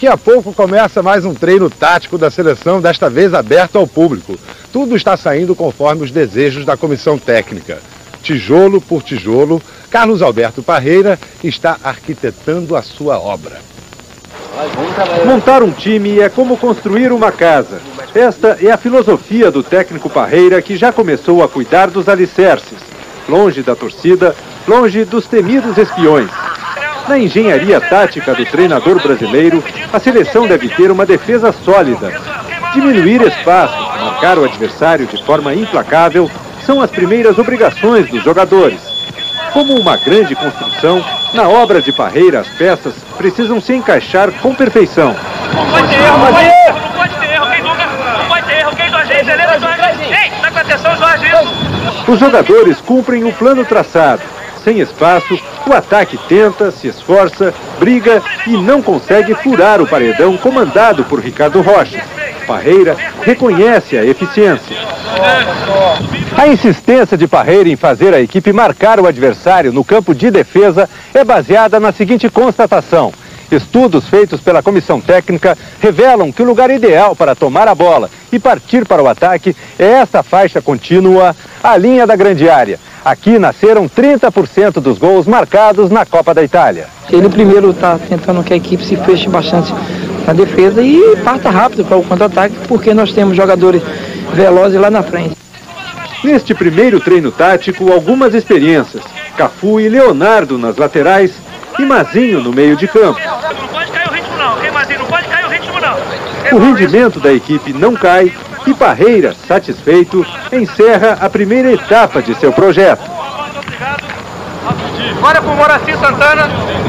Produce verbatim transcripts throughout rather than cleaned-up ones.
Daqui a pouco começa mais um treino tático da seleção, desta vez aberto ao público. Tudo está saindo conforme os desejos da comissão técnica. Tijolo por tijolo, Carlos Alberto Parreira está arquitetando a sua obra. Montar um time é como construir uma casa. Esta é a filosofia do técnico Parreira, que já começou a cuidar dos alicerces. Longe da torcida, longe dos temidos espiões. Na engenharia tática do treinador brasileiro, a seleção deve ter uma defesa sólida. Diminuir espaço, marcar o adversário de forma implacável, são as primeiras obrigações dos jogadores. Como uma grande construção, na obra de Parreira as peças precisam se encaixar com perfeição. Não pode ter erro, não pode ter erro, não pode ter erro, quem nunca, não pode ter erro, quem Jorge, beleza, Jorge? Ei, tá com atenção, Jorge? Os jogadores cumprem o plano traçado. Sem espaço, o ataque tenta, se esforça, briga e não consegue furar o paredão comandado por Ricardo Rocha. Parreira reconhece a eficiência. A insistência de Parreira em fazer a equipe marcar o adversário no campo de defesa é baseada na seguinte constatação. Estudos feitos pela comissão técnica revelam que o lugar ideal para tomar a bola e partir para o ataque é essa faixa contínua, a linha da grande área. Aqui nasceram trinta por cento dos gols marcados na Copa da Itália. Ele primeiro está tentando que a equipe se feche bastante na defesa e parta rápido para o contra-ataque, porque nós temos jogadores velozes lá na frente. Neste primeiro treino tático, algumas experiências. Cafu e Leonardo nas laterais e Mazinho no meio de campo. Não pode cair o ritmo não, ok, Mazinho? Não pode cair o ritmo não. O rendimento da equipe não cai e Parreira, satisfeito, encerra a primeira etapa de seu projeto. Agora com o Moraci Santana.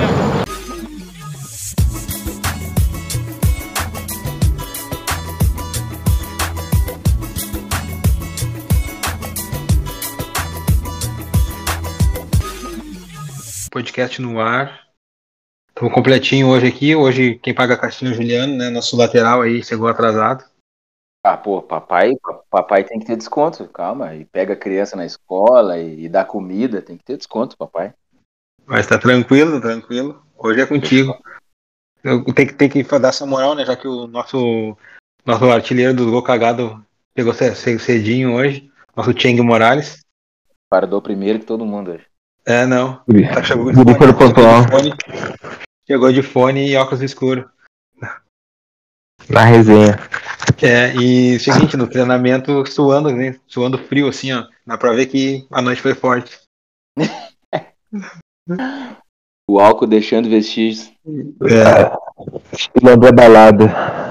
Podcast no ar. Estamos completinho hoje aqui. Hoje quem paga a caixinha é o Juliano, né? Nosso lateral aí chegou atrasado. Ah, pô, papai, papai tem que ter desconto, calma. E pega a criança na escola e, e dá comida, tem que ter desconto, papai. Mas tá tranquilo, tranquilo. Hoje é contigo. Eu tenho que, tenho que dar essa moral, né? Já que o nosso, nosso artilheiro do gol cagado pegou cedinho hoje. Nosso Cheng Morales. Pardou primeiro que todo mundo hoje. É, não. Tá, chegou, de fone, chegou, de fone, chegou de fone e óculos escuros. Na resenha. É, e seguinte, no treinamento suando, né? Suando frio, assim, ó. Dá pra ver que a noite foi forte. O álcool deixando vestígios. É. Lembrou da balada.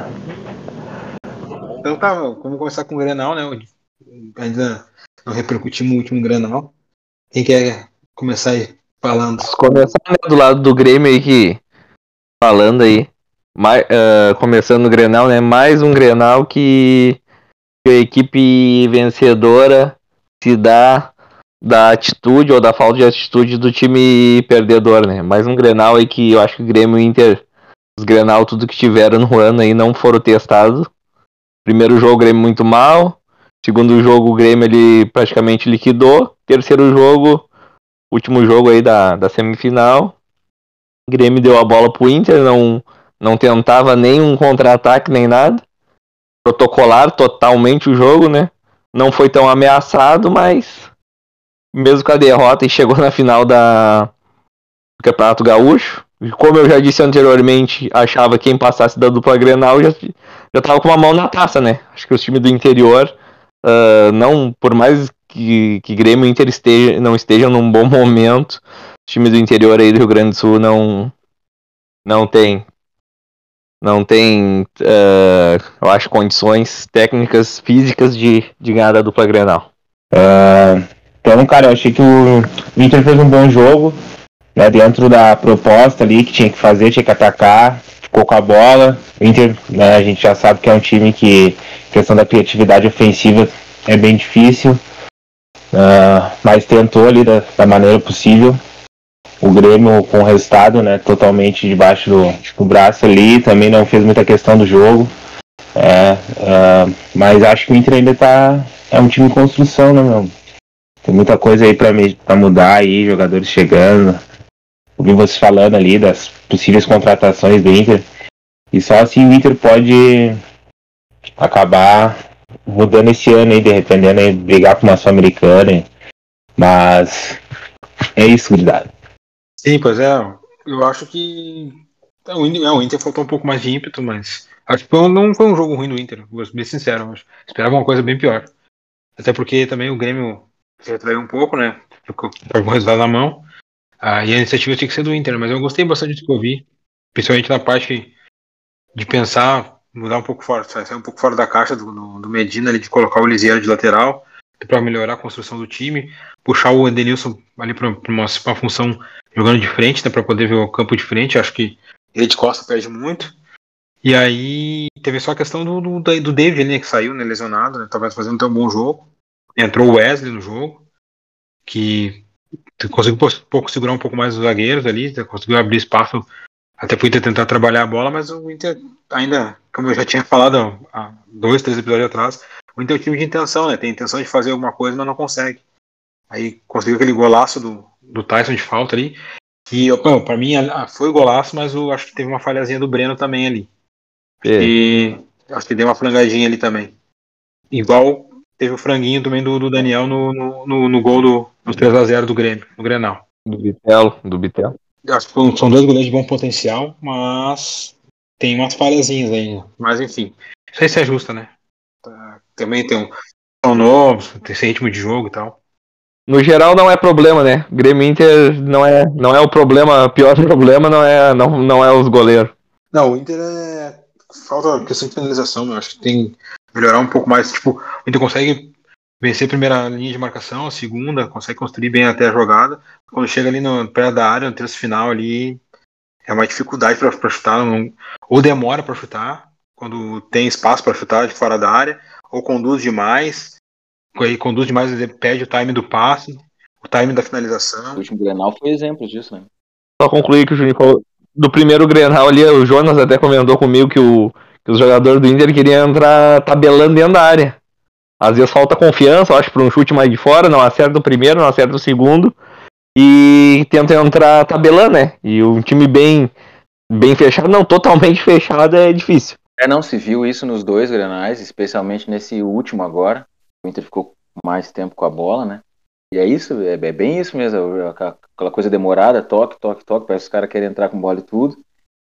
Então tá, vamos começar com o Grenal, né? Ainda não repercutimos o último Grenal. Quem quer começar aí falando? Começar, né, do lado do Grêmio aí, que falando aí. Mais, uh, começando no Grenal, né? Mais um Grenal que, que a equipe vencedora se dá da atitude ou da falta de atitude do time perdedor, né? Mais um Grenal aí que eu acho que o Grêmio e o Inter, os Grenal, tudo que tiveram no ano aí não foram testados. Primeiro jogo o Grêmio muito mal. Segundo jogo o Grêmio ele praticamente liquidou. Terceiro jogo, último jogo aí da, da semifinal. O Grêmio deu a bola pro Inter, não... Não tentava nenhum contra-ataque, nem nada. Protocolar totalmente o jogo, né? Não foi tão ameaçado, mas... Mesmo com a derrota, e chegou na final da... do Campeonato Gaúcho. E como eu já disse anteriormente, achava que quem passasse da dupla Grenal já, já tava com uma mão na taça, né? Acho que os times do interior, uh, não, por mais que, que Grêmio e Inter esteja, não estejam num bom momento, os times do interior aí do Rio Grande do Sul não, não tem... Não tem, uh, eu acho, condições técnicas, físicas de, de ganhar a dupla Grenal. Uh, então, cara, eu achei que o Inter fez um bom jogo, né, dentro da proposta ali que tinha que fazer, tinha que atacar, ficou com a bola. O Inter, né, a gente já sabe que é um time que, questão da criatividade ofensiva, é bem difícil, uh, mas tentou ali da, da maneira possível. O Grêmio com o resultado, né, totalmente debaixo do, do braço ali, também não fez muita questão do jogo. É, uh, mas acho que o Inter ainda tá, é um time em construção, né, meu? Tem muita coisa aí pra, pra mudar aí, jogadores chegando. Ouvi vocês falando ali das possíveis contratações do Inter. E só assim o Inter pode acabar mudando esse ano aí, dependendo aí, brigar com uma Sul-Americana. Mas é isso, cuidado. Sim, pois é. Eu acho que o Inter, é, o Inter faltou um pouco mais de ímpeto, mas acho que não foi um jogo ruim do Inter, vou ser bem sincero. Eu esperava uma coisa bem pior. Até porque também o Grêmio se retraiu um pouco, né? Ficou com o resultado na mão. Ah, e a iniciativa tinha que ser do Inter, mas eu gostei bastante do que eu vi, principalmente na parte de pensar, mudar um pouco fora, sair um pouco fora da caixa do, do, do Medina, ali, de colocar o Lisieiro de lateral, para melhorar a construção do time, puxar o Edenilson ali para uma, uma função jogando de frente, né, para poder ver o campo de frente. Acho que ele de costa perde muito. E aí teve só a questão do, do, do David, né, que saiu, né, lesionado, né, talvez fazendo tão bom jogo. Entrou o Wesley no jogo, que conseguiu um pouco segurar um pouco mais os zagueiros ali, conseguiu abrir espaço até pro Inter tentar trabalhar a bola, mas o Inter ainda, como eu já tinha falado há dois, três episódios atrás, o Inter é um time de intenção, né? Tem intenção de fazer alguma coisa, mas não consegue. Aí conseguiu aquele golaço do, do Tyson de falta ali, que bom, pra mim foi o golaço, mas eu acho que teve uma falhazinha do Breno também ali. É. E acho que deu uma frangadinha ali também. Igual teve o franguinho também do, do Daniel no, no, no, no gol do, do três a zero do Grêmio, no Grenal. Do Bitelo, do Bitelo. Acho que são dois goleiros de bom potencial, mas tem umas falhazinhas ainda. Mas enfim, não sei se é justa, né? Também tem um, um novo, tem esse ritmo de jogo e tal. No geral não é problema, né? Grêmio Inter não é, não é o problema, o pior problema não é, não, não é os goleiros. Não, o Inter é. Falta questão de finalização, eu acho que tem que melhorar um pouco mais. Tipo, o Inter consegue vencer a primeira linha de marcação, a segunda, consegue construir bem até a jogada. Quando chega ali no pé da área, no terço final ali, é uma dificuldade para chutar, não, ou demora para chutar, quando tem espaço para chutar de fora da área, ou conduz demais, aí conduz demais, ele perde o time do passe, o time da finalização. O último Grenal foi exemplo disso, né? Só concluir que o Juninho falou do primeiro Grenal ali, o Jonas até comentou comigo que, o, que os jogadores do Inter queriam entrar tabelando dentro da área. Às vezes falta confiança, eu acho, para um chute mais de fora, não acerta o primeiro, não acerta o segundo, e tenta entrar tabelando, né? E um time bem, bem fechado, não totalmente fechado, é difícil. É, não se viu isso nos dois Grenais, especialmente nesse último agora. O Inter ficou mais tempo com a bola, né? E é isso, é, é bem isso mesmo, aquela coisa demorada, toque, toque, toque, parece que os caras querem entrar com bola e tudo.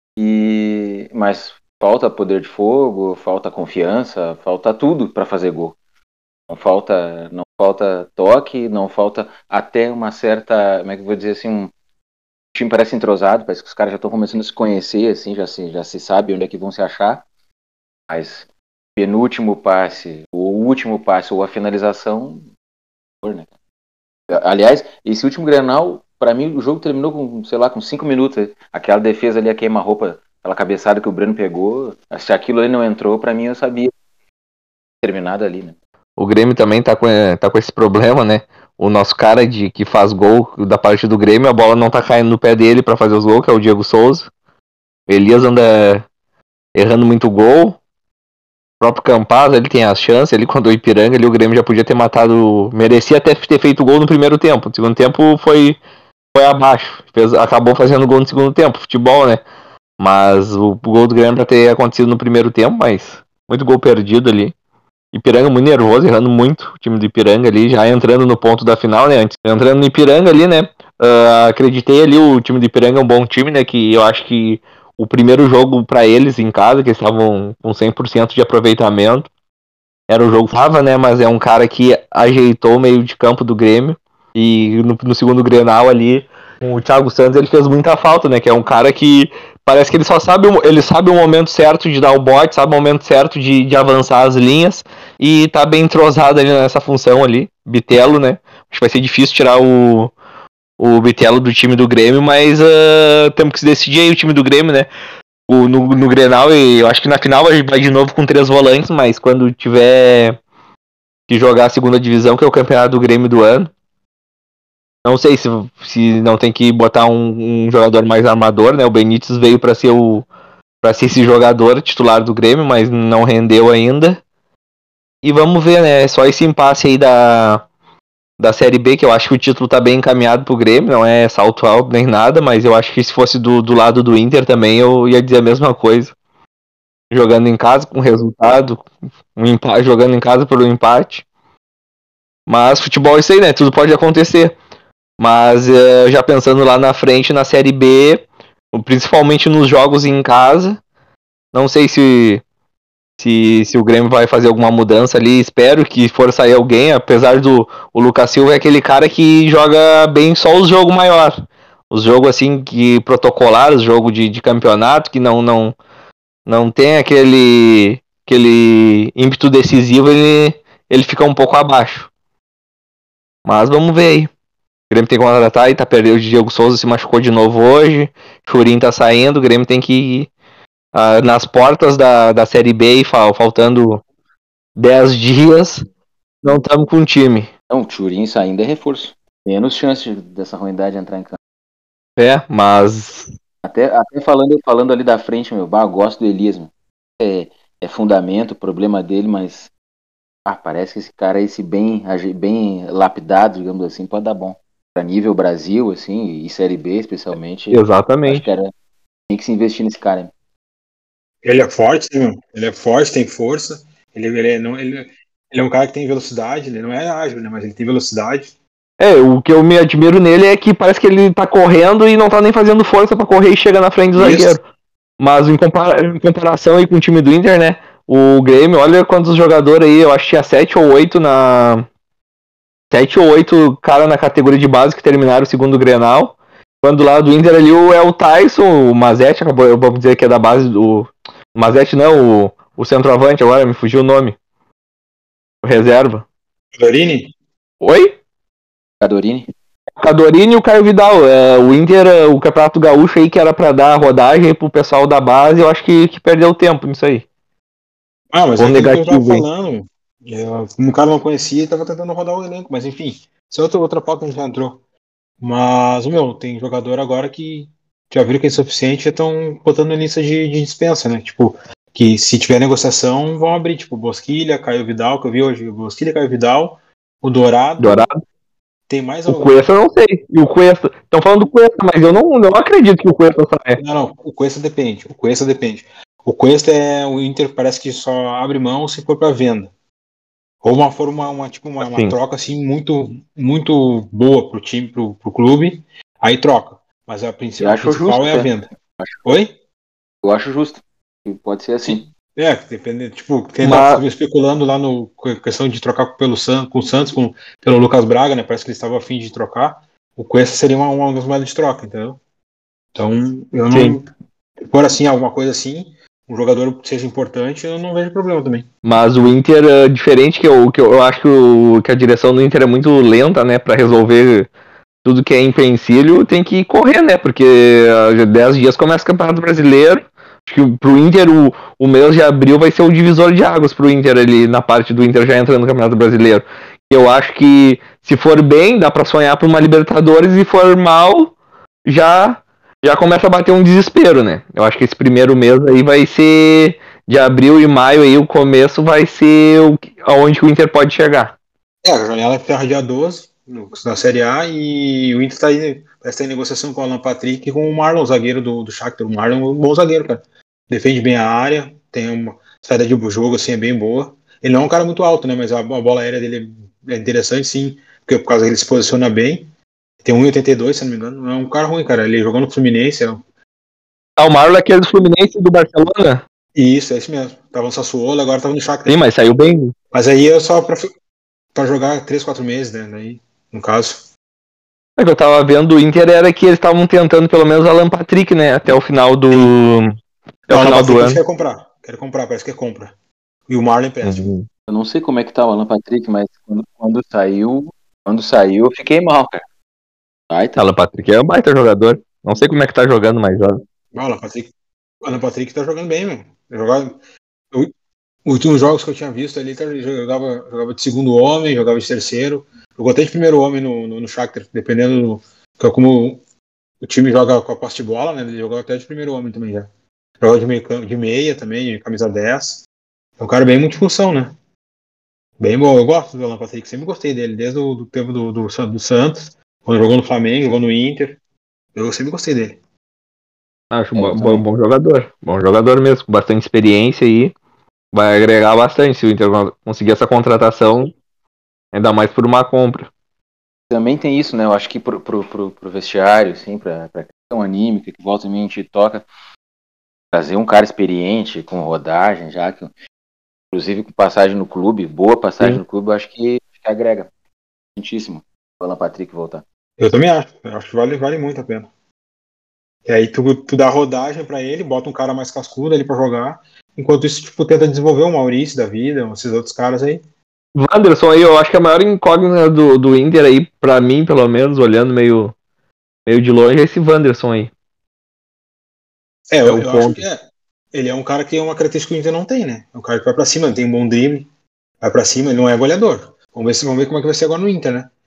E... Mas falta poder de fogo, falta confiança, falta tudo para fazer gol. Não falta, não falta toque, não falta até uma certa, como é que eu vou dizer assim, um o time parece entrosado, parece que os caras já estão começando a se conhecer, assim, já se, já se sabe onde é que vão se achar. Mas penúltimo passe, o último passe ou a finalização, né? Aliás, esse último Grenal, pra mim, o jogo terminou com, sei lá, com cinco minutos. Aquela defesa ali, a queima-roupa, aquela cabeçada que o Breno pegou, se aquilo ali não entrou, pra mim eu sabia terminado ali, né? O Grêmio também tá com, tá com esse problema, né? O nosso cara de, que faz gol da parte do Grêmio, a bola não tá caindo no pé dele pra fazer os gols, que é o Diego Souza. O Elias anda errando muito gol. O próprio Campaz, ele tem as chances, ele quando o Ipiranga, ele, o Grêmio já podia ter matado, merecia até ter feito gol no primeiro tempo. No segundo tempo foi, foi abaixo, fez, acabou fazendo gol no segundo tempo, futebol, né? Mas o, o gol do Grêmio pra ter acontecido no primeiro tempo, mas muito gol perdido ali. Ipiranga muito nervoso, errando muito o time do Ipiranga ali, já entrando no ponto da final, né? Antes, entrando no Ipiranga ali, né? Uh, acreditei ali, o time do Ipiranga é um bom time, né? Que eu acho que o primeiro jogo pra eles em casa, que eles estavam com cem por cento de aproveitamento, era o jogo Fava, né? Mas é um cara que ajeitou o meio de campo do Grêmio. E no, no segundo Grenal ali, o Thiago Santos, ele fez muita falta, né? Que é um cara que parece que ele só sabe, ele sabe o momento certo de dar o bote, sabe o momento certo de, de avançar as linhas, e tá bem entrosado ali nessa função ali. Bitelo, né? Acho que vai ser difícil tirar o, o Bitelo do time do Grêmio, mas uh, temos que se decidir aí o time do Grêmio, né? O, no, no Grenal, e eu acho que na final vai de novo com três volantes, mas quando tiver que jogar a segunda divisão, que é o campeonato do Grêmio do ano, não sei se, se não tem que botar um, um jogador mais armador, né? O Benítez veio para ser o para ser esse jogador titular do Grêmio, mas não rendeu ainda. E vamos ver, né? Só esse impasse aí da, da Série B, que eu acho que o título tá bem encaminhado pro Grêmio, não é salto alto nem nada, mas eu acho que se fosse do, do lado do Inter também, eu ia dizer a mesma coisa. jogando em casa com resultado, um empate, jogando em casa por um empate. Mas futebol é isso aí, né? Tudo pode acontecer. Mas uh, já pensando lá na frente na Série B, principalmente nos jogos em casa, não sei se, se, se o Grêmio vai fazer alguma mudança ali. Espero que for sair alguém, apesar do o Lucas Silva é aquele cara que joga bem só os jogos maior. Os jogos assim que protocolar, os jogos de, de campeonato, que não, não, não tem aquele, aquele ímpeto decisivo, ele, ele fica um pouco abaixo. Mas vamos ver aí. O Grêmio tem que contratar e tá perdendo. O Diego Souza se machucou de novo hoje. Churin tá saindo. O Grêmio tem que ir uh, nas portas da, da Série B e fal, faltando dez dias. Não estamos com o time. Não, o Churin saindo é reforço. Menos chance dessa ruindade entrar em campo. É, mas. Até, até falando, falando ali da frente, meu, bah, eu gosto do Elias, meu. É, é fundamento, o problema dele, mas. Ah, parece que esse cara, esse bem, bem lapidado, digamos assim, pode dar bom. Pra nível Brasil, assim, e Série B especialmente. Exatamente. Acho que era, tem que se investir nesse cara. Hein? Ele é forte, né, meu? Ele é forte, tem força. Ele, ele, é, não, ele, ele é um cara que tem velocidade, ele não é ágil, né? Mas ele tem velocidade. É, o que eu me admiro nele é que parece que ele tá correndo e não tá nem fazendo força pra correr e chega na frente do Isso. zagueiro. Mas em, compara- em comparação aí com o time do Inter, né? O Grêmio, olha quantos jogadores aí, eu acho que tinha sete ou oito na. Sete ou oito cara na categoria de base que terminaram o segundo Grenal. Quando lá do Inter ali o, é o Tyson, o Mazete, acabou, eu vou dizer que é da base do. O Mazete não, o, o centroavante agora, me fugiu o nome. O reserva. Dorini? Oi? Cadorini? O Cadorini e o Caio Vidal. É, o Inter, o Campeonato Gaúcho aí que era pra dar rodagem pro pessoal da base, eu acho que, que perdeu tempo nisso aí. Ah, mas Ou é aquilo que eu negativo, tava hein? falando. Eu, como o cara não conhecia, tava tentando rodar o elenco. Mas enfim, isso é outra, outra pauta que a gente já entrou. Mas, meu, tem jogador agora que já viram que é insuficiente e estão botando em lista de, de dispensa, né? Tipo, que se tiver negociação, vão abrir. Tipo, Bosquilha, Caio Vidal, que eu vi hoje. Bosquilha, Caio Vidal, o Dourado. Dourado. Tem mais O algum? Cuesta eu não sei. E o Cuesta. Estão falando do Cuesta, mas eu não, não acredito que o Cuesta saia. Não, não, o Cuesta depende. O Cuesta depende. O Cuesta é. O Inter parece que só abre mão se for para venda. Ou uma for uma, uma, tipo, uma, uma Sim. troca assim muito, muito boa pro time, pro, pro clube, aí troca. Mas a, princi- Eu a acho principal justo, é a até. venda. Acho- Oi? Eu acho justo. Pode ser assim. Sim. É, depende, tipo, quem Mas- tava especulando lá no com a questão de trocar pelo San, com o Santos, com, pelo Lucas Braga, né? Parece que eles estavam a fim de trocar. O Cuesta seria uma, uma das moedas de troca, entendeu? Então, eu não. Sim. Por assim, alguma coisa assim, um jogador que seja importante, eu não vejo problema também. Mas o Inter, é diferente que eu, que eu, eu acho que, o, que a direção do Inter é muito lenta, né? Pra resolver tudo que é empecilho, tem que correr, né? Porque há dez dias começa o Campeonato Brasileiro. Acho que pro Inter, o, o mês de abril vai ser o divisor de águas pro Inter ali, na parte do Inter já entrando no Campeonato Brasileiro. Eu acho que, se for bem, dá pra sonhar por uma Libertadores, e for mal, já, já começa a bater um desespero, né? Eu acho que esse primeiro mês aí vai ser, de abril e maio aí, o começo vai ser o, aonde o Inter pode chegar. É, a janela é ferra dia doze no, na Série A e o Inter está aí, parece estar em negociação com o Alan Patrick e com o Marlon, zagueiro do, do Shakhtar. O Marlon é um bom zagueiro, cara. Defende bem a área, tem uma saída de jogo assim, é bem boa. Ele não é um cara muito alto, né? Mas a, a bola aérea dele é interessante, sim, porque por causa que ele se posiciona bem. Tem um e oitenta e dois, se não me engano. Não é um cara ruim, cara. Ele jogou no Fluminense. É... Ah, o Marlon é aquele do Fluminense e do Barcelona? Isso, é esse mesmo. Tava no Sassuolo, agora tava no Shakhtar. Sim, mas saiu bem. Mas aí é só pra, pra jogar três, quatro meses, né? Daí, no caso. O que eu tava vendo do Inter era que eles estavam tentando pelo menos o Alan Patrick, né? Até o final do. Até Não, o final do ano. quer comprar. Quer comprar, parece que é compra. E o Marlon empresta. Uhum. Eu não sei como é que tá o Alan Patrick, mas quando, quando saiu, quando saiu, eu fiquei mal, cara. Ai, tá. Alan Patrick é um baita jogador. Não sei como é que tá jogando, mas olha. O Alan Patrick, o Alan Patrick tá jogando bem, meu. Jogava, os últimos jogos que eu tinha visto ali, ele jogava, jogava de segundo homem, jogava de terceiro. Jogou até de primeiro homem no, no, no Shakhtar, dependendo do como o time joga com a posse de bola, né? Ele jogava até de primeiro homem também já. Jogava de, meio, de meia também, de camisa dez. É um cara bem multifunção, né? Bem bom. Eu gosto do Alan Patrick, sempre gostei dele, desde o do tempo do, do, do Santos, quando jogou no Flamengo, jogou no Inter. Eu sempre gostei dele. Acho É, um eu bom, bom, também. bom jogador. Bom jogador mesmo, com bastante experiência aí. Vai agregar bastante se o Inter conseguir essa contratação, ainda mais por uma compra. Também tem isso, né? Eu acho que pro, pro, pro, pro vestiário, assim, pra, pra questão anímica, que volta e meia a gente toca, trazer um cara experiente, com rodagem, já que, inclusive com passagem no clube, boa passagem Sim. no clube, eu acho que, acho que agrega. Muitíssimo. O Alan Patrick voltar. Eu também acho. Eu acho que vale, vale muito a pena. E aí tu, tu dá rodagem pra ele, bota um cara mais cascudo ali pra jogar. Enquanto isso, tipo, tenta desenvolver o Maurício da vida, esses outros caras aí. Wanderson aí, eu acho que a maior incógnita do, do Inter aí, pra mim, pelo menos, olhando meio, meio de longe, é esse Wanderson aí. É, É eu, o eu acho ponto. que é. Ele é um cara que é uma característica que o Inter não tem, né? É um cara que vai pra cima, ele tem um bom drible, vai pra cima, ele não é goleador. Vamos ver, se, vamos ver como é que vai ser agora no Inter, né?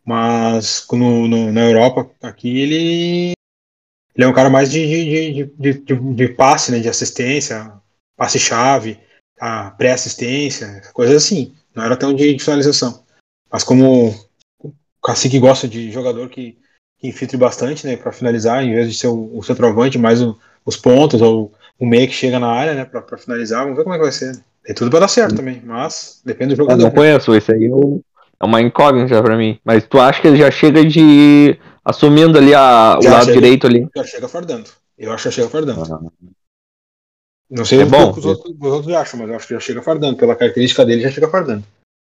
Mas no, no, na Europa, aqui, ele, ele é um cara mais de, de, de, de, de, de passe, né? De assistência, passe-chave, a pré-assistência, coisas assim. Não era tão de, de finalização. Mas como o Cacique gosta de jogador que, que infiltre bastante, né? Para finalizar, em vez de ser o, o centroavante, mais o, os pontos, ou o meia que chega na área, né? Para finalizar, vamos ver como é que vai ser. Né? Tem tudo para dar certo também, mas depende do Eu não jogador, né? conheço, esse aí eu- é uma incógnita pra mim. Mas tu acha que ele já chega de assumindo ali a, o Já lado chega, direito ali? já chega fardando. Eu acho que já chega fardando. Ah, Não sei é o que bom. os outros, os outros acham, mas eu acho que já chega fardando. Pela característica dele, já chega fardando.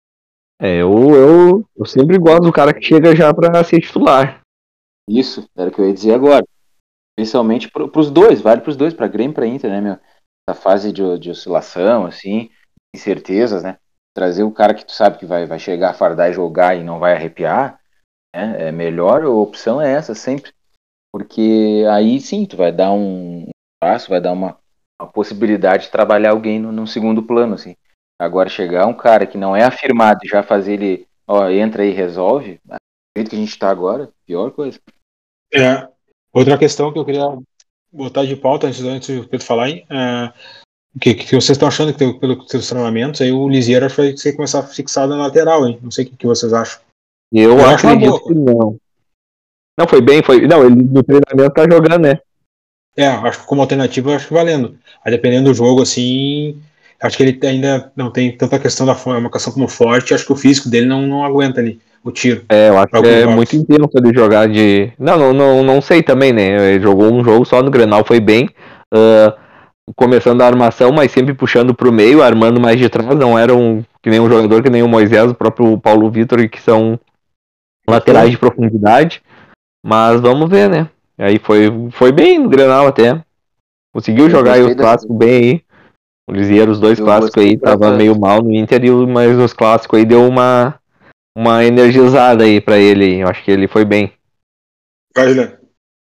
É, eu, eu, eu sempre gosto do cara que chega já pra ser titular. Isso, era o que eu ia dizer agora. Especialmente pro, pros dois, vale pros dois, pra Grêmio e pra Inter, né, meu? Essa fase de, de oscilação, assim, incertezas, né? Trazer o cara que tu sabe que vai, vai chegar a fardar e jogar e não vai arrepiar, né? É melhor, a opção é essa sempre. Porque aí sim, tu vai dar um passo, vai dar uma, uma possibilidade de trabalhar alguém no, num segundo plano, assim. Agora chegar um cara que não é afirmado e já fazer ele, ó, entra aí e resolve, do jeito que a gente tá agora, pior coisa. É. Outra questão que eu queria botar de pauta antes, antes do Pedro falar, hein? É, o que, que vocês estão achando que tem, pelos seus treinamentos, aí o Lisieiro acho que vai ser começar fixado na lateral, hein? Não sei o que, que vocês acham. Eu Eu acho uma acredito boa, que cara. não. Não, foi bem, foi. Não, ele no treinamento tá jogando, né? É, acho que como alternativa, eu acho que valendo. Aí dependendo do jogo, assim, acho que ele ainda não tem tanta questão da marcação como forte, acho que o físico dele não, não aguenta ali o tiro É, eu acho para que alguns é muito jogos. intenso ele jogar de. Não, não, não, não sei também, né? Ele jogou um jogo só no Grenal, foi bem. ah, começando a armação, mas sempre puxando pro meio, armando mais de trás. Não era um, que nem um jogador que nem o Moisés, o próprio Paulo Vitor, que são Muito laterais bom. de profundidade. Mas vamos ver, né? Aí foi, foi bem no Grenal até. Conseguiu Eu jogar aí os gostei dessa. clássicos bem aí. O Lisieiro, os dois Eu clássicos gostei aí, por tava essa. meio mal no Inter, e o- mas os clássicos aí deu uma, uma energizada aí pra ele. Eu acho que ele foi bem. Vai, Juliano.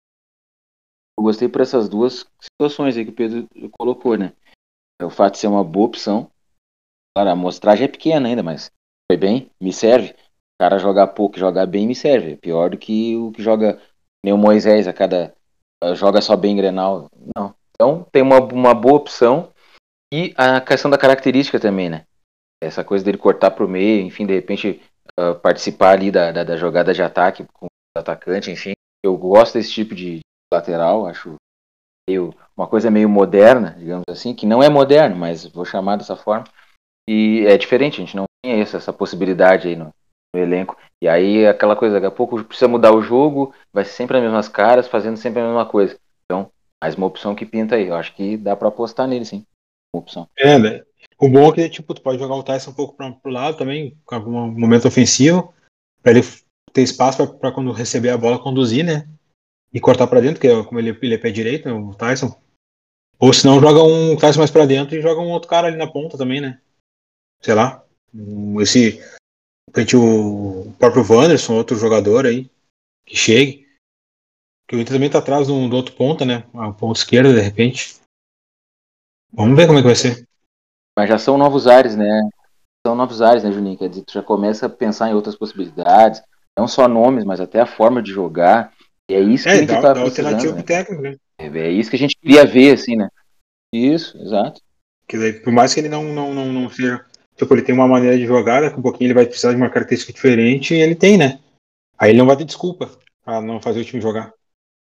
Eu gostei por essas duas situações aí que o Pedro colocou, né? É o fato de ser uma boa opção. Claro, a amostragem é pequena ainda, mas foi bem, me serve. O cara jogar pouco e jogar bem me serve. É pior do que o que joga nem o Moisés a cada. Joga só bem Grenal. Não. Então tem uma, uma boa opção. E a questão da característica também, né? Essa coisa dele cortar pro meio, enfim, de repente uh, participar ali da, da, da jogada de ataque com o atacante, enfim. Eu gosto desse tipo de lateral, acho meio, uma coisa meio moderna, digamos assim, que não é moderno, mas vou chamar dessa forma. E é diferente, a gente não tem essa, essa possibilidade aí no, no elenco. E aí aquela coisa, daqui a pouco precisa mudar o jogo, vai ser sempre as mesmas caras, fazendo sempre a mesma coisa. Então, mais uma opção que pinta aí. Eu acho que dá pra apostar nele, sim. Uma opção. É, né? O bom é que tipo, tu pode jogar o Tyson um pouco para pro lado também, com algum momento ofensivo, para ele ter espaço para quando receber a bola conduzir, né? E cortar para dentro, que é como ele, ele é pé direito, né, o Tyson. Ou se não, joga um Tyson mais para dentro e joga um outro cara ali na ponta também, né? Sei lá. Um, esse, de repente, o próprio Wanderson, outro jogador aí, que chegue. Que o Inter também tá atrás do, do outro ponta, né? A ponta esquerda, de repente. Vamos ver como é que vai ser. Mas já são novos ares, né? São novos ares, né, Juninho? Quer dizer, tu já começa a pensar em outras possibilidades, não só nomes, mas até a forma de jogar. E é isso que o É, Inter dá, tava dá precisando, alternativa né, pro cara? técnico, né? É é isso que a gente queria ver, assim, né? Isso, exato. Que daí, por mais que ele não, não, não, não seja. Tipo, ele tem uma maneira de jogar, daqui a pouquinho ele vai precisar de uma característica diferente e ele tem, né? Aí ele não vai ter desculpa pra não fazer o time jogar.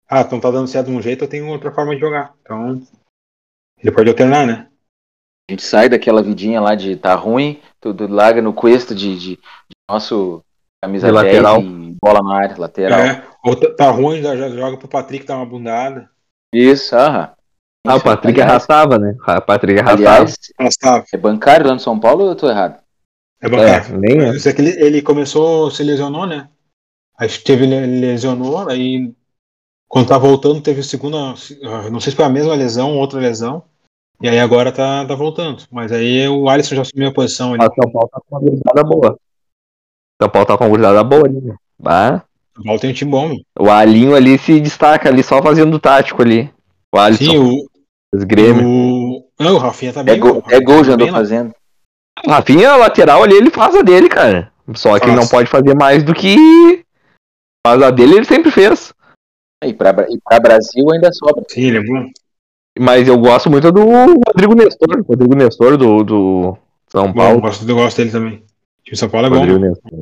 ah, então tá dando certo de um jeito, eu tenho outra forma de jogar. Então, ele pode alternar, né? A gente sai daquela vidinha lá de tá ruim, tudo larga no questo de, de, de nosso camisa De dez lateral. e bola na área, lateral. É, ou tá, tá ruim, já, já joga pro Patrick dar uma bundada. Isso, aham. Ah, o Patrick aliás, arrastava, né? O Patrick arrastava. aliás, Arrastava. é bancário lá no São Paulo ou eu tô errado? É bancário. É, nem é. Isso é que ele, ele começou, se lesionou, né? Aí teve, ele lesionou, aí quando tá voltando teve segunda, não sei se foi a mesma lesão, outra lesão, e aí agora tá, tá voltando. Mas aí o Alisson já assumiu a posição ali. Ah, São Paulo tá com uma gurizada boa. São Paulo tá com uma gurizada boa ali, né? Bah. O Paulo tem um time bom, meu. O Alinho ali se destaca ali, só fazendo tático ali. O Alisson. Sim, o, Os Grêmio. o, não, o Rafinha tá bem. É, go, meu. é gol, já Tá andou bem lá. fazendo. O Rafinha, lateral ali, ele faz a dele, cara. Só que Faz. ele não pode fazer mais do que. Mas a dele ele sempre fez. E pra, e pra Brasil ainda sobra. Sim, ele é bom. Mas eu gosto muito do Rodrigo Nestor. Rodrigo Nestor do, do São Bom, Paulo. eu gosto, eu gosto dele também. O time de São Paulo é bom. Rodrigo meu. Nestor.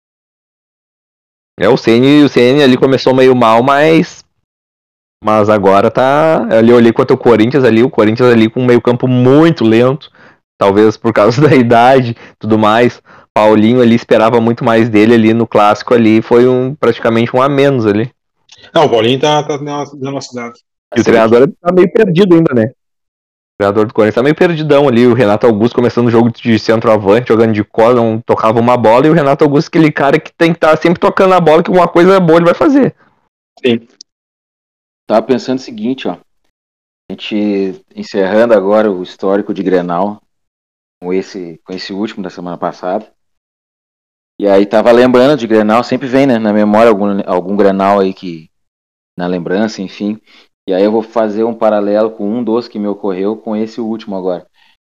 É, o C N, o C N ali começou meio mal, mas. Mas agora tá. Ali eu olhei contra o Corinthians ali, o Corinthians ali com um meio campo muito lento. Talvez por causa da idade e tudo mais. Paulinho ali esperava muito mais dele ali no clássico ali. Foi um, praticamente um a menos ali. Não, o Paulinho tá, tá na, na nossa idade. E o treinador tá meio perdido ainda, né? O treinador do Corinthians tá meio perdidão ali. O Renato Augusto começando o jogo de centroavante, jogando de cola, não tocava uma bola. E o Renato Augusto, aquele cara que tem que estar sempre tocando a bola, que uma coisa boa ele vai fazer. Sim. Tava pensando o seguinte, ó. A gente encerrando agora o histórico de Grenal com esse, com esse último da semana passada. E aí tava lembrando de Grenal, sempre vem, né, na memória algum, algum Grenal aí que na lembrança, enfim. E aí eu vou fazer um paralelo com um dos que me ocorreu com esse último agora.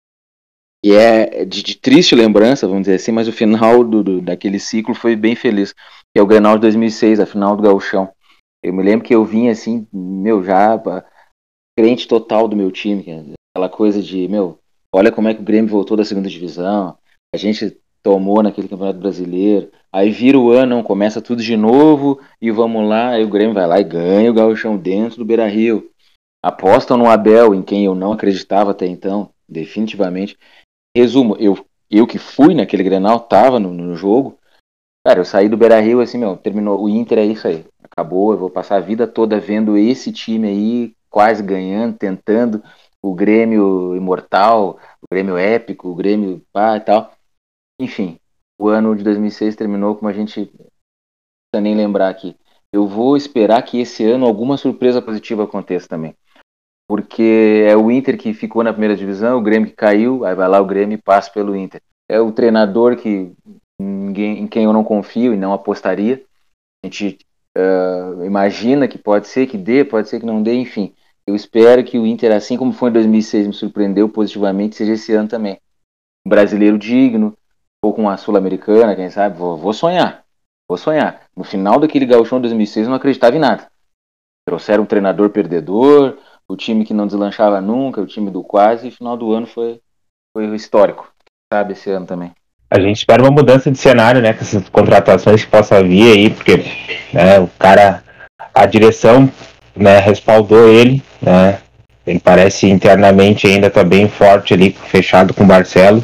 E é de, de triste lembrança, vamos dizer assim, mas o final do, do, daquele ciclo foi bem feliz. Que é o Grenal de dois mil e seis, a final do Gauchão. Eu me lembro que eu vim assim, meu, já crente total do meu time, aquela coisa de, meu, olha como é que o Grêmio voltou da segunda divisão, a gente tomou naquele Campeonato Brasileiro, aí vira o ano, começa tudo de novo, e vamos lá, aí o Grêmio vai lá e ganha o Gauchão dentro do Beira-Rio. Apostam no Abel, em quem eu não acreditava até então, definitivamente. Resumo, eu, eu que fui naquele Grenal, tava no, no jogo, cara, eu saí do Beira-Rio assim, meu, terminou, o Inter é isso aí, acabou, eu vou passar a vida toda vendo esse time aí, quase ganhando, tentando, o Grêmio imortal, o Grêmio épico, o Grêmio pá e tal. Enfim, o ano de dois mil e seis terminou como a gente não precisa nem lembrar aqui. Eu vou esperar que esse ano alguma surpresa positiva aconteça também. Porque é o Inter que ficou na primeira divisão, o Grêmio que caiu, aí vai lá o Grêmio e passa pelo Inter. É o treinador que ninguém, em quem eu não confio e não apostaria. A gente uh, imagina que pode ser que dê, pode ser que não dê, enfim. Eu espero que o Inter, assim como foi em dois mil e seis, me surpreendeu positivamente, seja esse ano também. Um brasileiro digno, ou com a Sul-Americana, quem sabe, vou, vou sonhar. Vou sonhar. No final daquele Gauchão de dois mil e seis eu não acreditava em nada. Trouxeram um treinador perdedor, o time que não deslanchava nunca, o time do quase, e no final do ano foi, foi histórico. Sabe, esse ano também. A gente espera uma mudança de cenário, né, com essas contratações que possa vir aí, porque né, o cara, a direção, né, respaldou ele, né, ele parece internamente ainda tá bem forte ali, fechado com o Barcelos,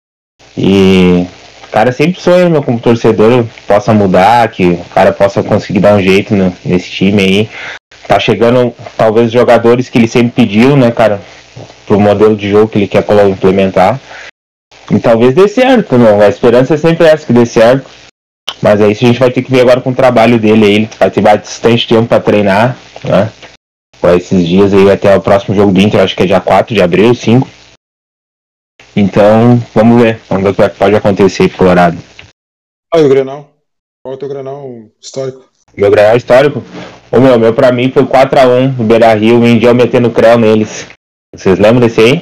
e o cara sempre sonha, meu, como torcedor, possa mudar, que o cara possa conseguir dar um jeito no, nesse time aí. Tá chegando, talvez, jogadores que ele sempre pediu, né, cara, pro modelo de jogo que ele quer implementar. E talvez dê certo, não. A esperança é sempre essa, que dê certo. Mas é isso, a gente vai ter que ver agora com o trabalho dele aí. Ele vai ter bastante tempo pra treinar, né? Com esses dias aí até o próximo jogo do Inter, acho que é dia quatro de abril, cinco. Então, vamos ver. Vamos ver o que pode acontecer aí pro Colorado. Ah, e o Grenal? Qual é o teu Grenal histórico? Meu Grenal histórico? O meu, meu pra mim foi quatro a um no Beira-Rio, o Indião metendo creu neles. Vocês lembram desse aí?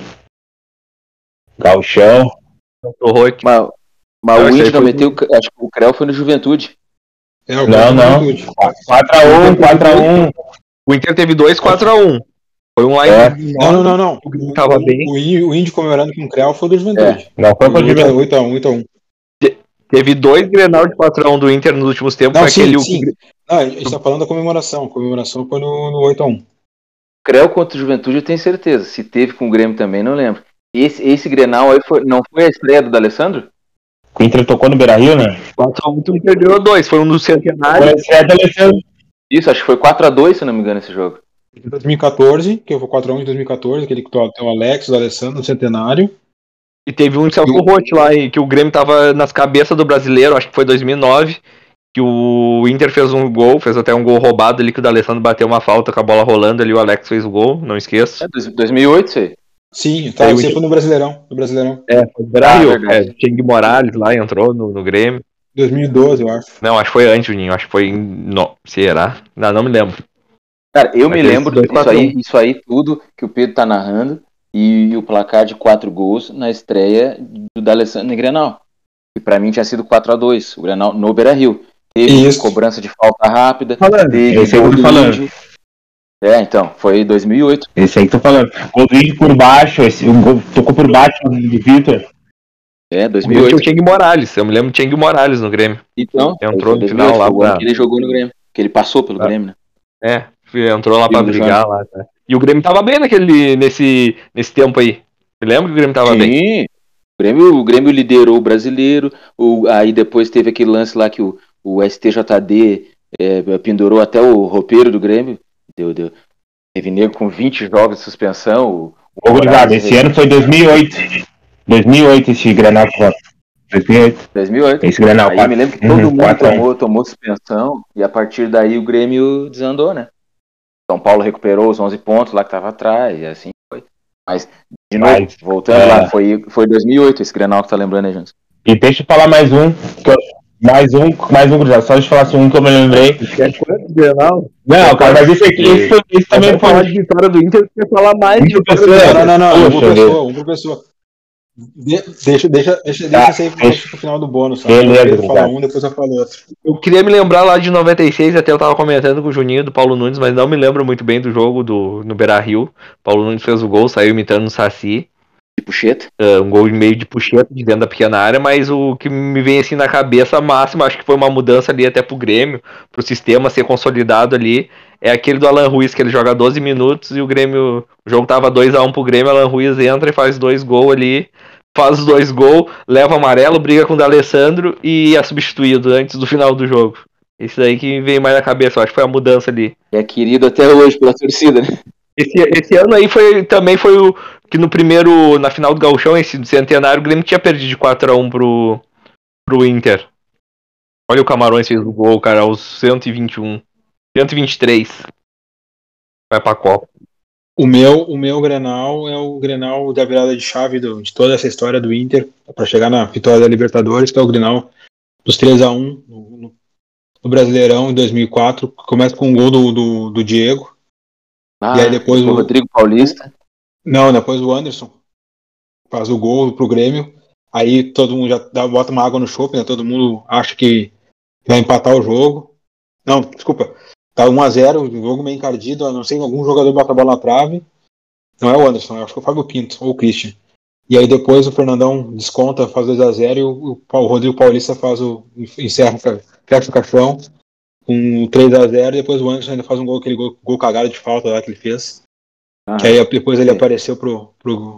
Gauchão. Mas, mas o Inter não meteu, acho que o Creu foi no Juventude. É, o não, não. quatro a um, quatro a um. O Inter teve dois quatro a um. Foi um lá é. em... Não, não, não, não. O tava bem. O Índio, o Índio comemorando com o Creu foi do Juventude. É. Não foi com o Juventude. oito a um, oito a um. Teve dois Grenal de quatro a um do Inter nos últimos tempos. Não, foi sim, aquele sim. Não, a gente tá falando da comemoração. A comemoração foi no, no oito a um. Creu contra o Juventude eu tenho certeza. Se teve com o Grêmio também, não lembro. Esse, esse Grenal aí foi, não foi a estreia do D'Alessandro? O Inter tocou no Beira-Rio, né? quatro a um tu perdeu dois, foi um do centenário. Foi a estreia do Alessandro. Isso, acho que foi quatro a dois, se não me engano, esse jogo. Em dois mil e quatorze, que foi quatro a um de dois mil e quatorze, aquele que tem o Alex, o Alessandro, no Centenário. E teve um de Celso Rotti lá, que o Grêmio tava nas cabeças do brasileiro, acho que foi dois mil e nove, que o Inter fez um gol, fez até um gol roubado ali, que o D'Alessandro bateu uma falta com a bola rolando ali, o Alex fez o gol, não esqueço. É, dois mil e oito, isso aí. Sim, tá, você foi no Brasileirão. No Brasileirão. É, foi no Ah, Brasil, verdade. é, Cheng Morales lá entrou no, no Grêmio. dois mil e doze, eu acho. Não, acho que foi antes, Juninho, acho que foi em... No... Será? Não, não me lembro. Cara, eu Mas me teve lembro dois, disso quatro, aí, um. isso aí tudo que o Pedro tá narrando e, e o placar de quatro gols na estreia do D'Alessandro em Grenal. Que pra mim tinha sido quatro a dois, o Grenal no Beira-Rio. Teve Isso. cobrança de falta rápida, Falando, teve esse aí que eu gol tô do falando. Índio. É, então, foi dois mil e oito. Esse aí que tô falando. O vídeo por baixo, esse, o gol tocou por baixo do Vitor. É, O dois mil e Grêmio oito. tinha o Cheng Morales, eu me lembro do Cheng Morales no Grêmio. Então, Entrou foi no dois mil e final oito, lá foi o ano pra- que ele jogou no Grêmio, que ele passou pelo Ah. Grêmio, né? É, entrou lá pra Filho do brigar lá, tá? E o Grêmio tava bem naquele, nesse, nesse tempo aí. Me lembro que o Grêmio tava bem. Sim, o Grêmio, o Grêmio liderou o brasileiro, o, aí depois teve aquele lance lá que o, o S T J D é, pendurou até o roupeiro do Grêmio, deu, deu. Teve nego com vinte jogos de suspensão. O, Ô, Gurigado, esse ano foi dois mil e oito. dois mil e oito esse Grenal. dois mil e oito. dois mil e oito. Esse Grenal. Aí eu me lembro que todo Uhum, mundo quatro a um. tomou, tomou suspensão e a partir daí o Grêmio desandou, né? São Paulo recuperou os onze pontos lá que tava atrás e assim foi. Mas, de novo, Mas, voltando é. lá, foi, foi dois mil e oito esse Grenal que tá lembrando aí, gente. E deixa eu falar mais um. que eu- Mais um, mais um, Gurigado. Só deixa eu falar assim, um que eu me lembrei. Quer quantos Grenal? Não, cara, mas esse aqui, esse, foi- esse também Vamos falar foi. de vitória do Inter, quer falar mais de Muito vitória do pessoa. Inter. Não, não, não, um por Poxa, pessoa, um por pessoa. De- deixa, deixa, deixa, Tá, deixa isso aí pro, deixa. pro final do bônus. Tá? Beleza, Eu falo obrigado. um, depois eu falo outro. Eu queria me lembrar lá de noventa e seis, até eu tava comentando com o Juninho do Paulo Nunes, mas não me lembro muito bem do jogo do, no Beira-Rio. Paulo Nunes fez o gol, saiu imitando o Saci. De puxeta. Uh, um gol meio de puxeta de dentro da pequena área, mas o que me vem assim na cabeça máxima, acho que foi uma mudança ali até pro Grêmio, pro sistema ser consolidado ali, é aquele do Alan Ruiz, que ele joga doze minutos e o Grêmio, o jogo tava dois a um pro Grêmio, Alan Ruiz entra e faz dois gols ali, faz os dois gols, leva amarelo, briga com o D'Alessandro e é substituído antes do final do jogo. Esse daí que veio mais na cabeça, eu acho que foi a mudança ali. É querido até hoje pela torcida, né? Esse, esse ano aí foi, também foi o que no primeiro, na final do Gauchão, esse do Centenário, o Grêmio tinha perdido de quatro a um pro, pro Inter. Olha o Camarões fez o gol, cara, aos cento e vinte e um. cento e vinte e três. Vai pra Copa. O meu, o meu Grenal é o Grenal da virada de chave do, de toda essa história do Inter para chegar na vitória da Libertadores, que é o Grenal dos três a um no, no, no Brasileirão em dois mil e quatro. Começa com um gol do, do, do Diego. Ah, E aí depois o o- Rodrigo Paulista. Não, depois o Anderson faz o gol pro Grêmio. Aí todo mundo já dá, bota uma água no chope, né? Todo mundo acha que vai empatar o jogo. Não, desculpa. Tá um a zero, o jogo meio encardido. A não sei, algum jogador bota a bola na trave. Não é o Anderson, acho que é o Fábio Pinto ou o Christian. E aí depois o Fernandão desconta, faz dois a zero e o, o Rodrigo Paulista faz o. encerra, fecha o caixão com três a zero. E depois o Anderson ainda faz um gol, aquele gol, gol cagado de falta lá que ele fez. Ah, Que aí depois ele sim. apareceu pro, pro,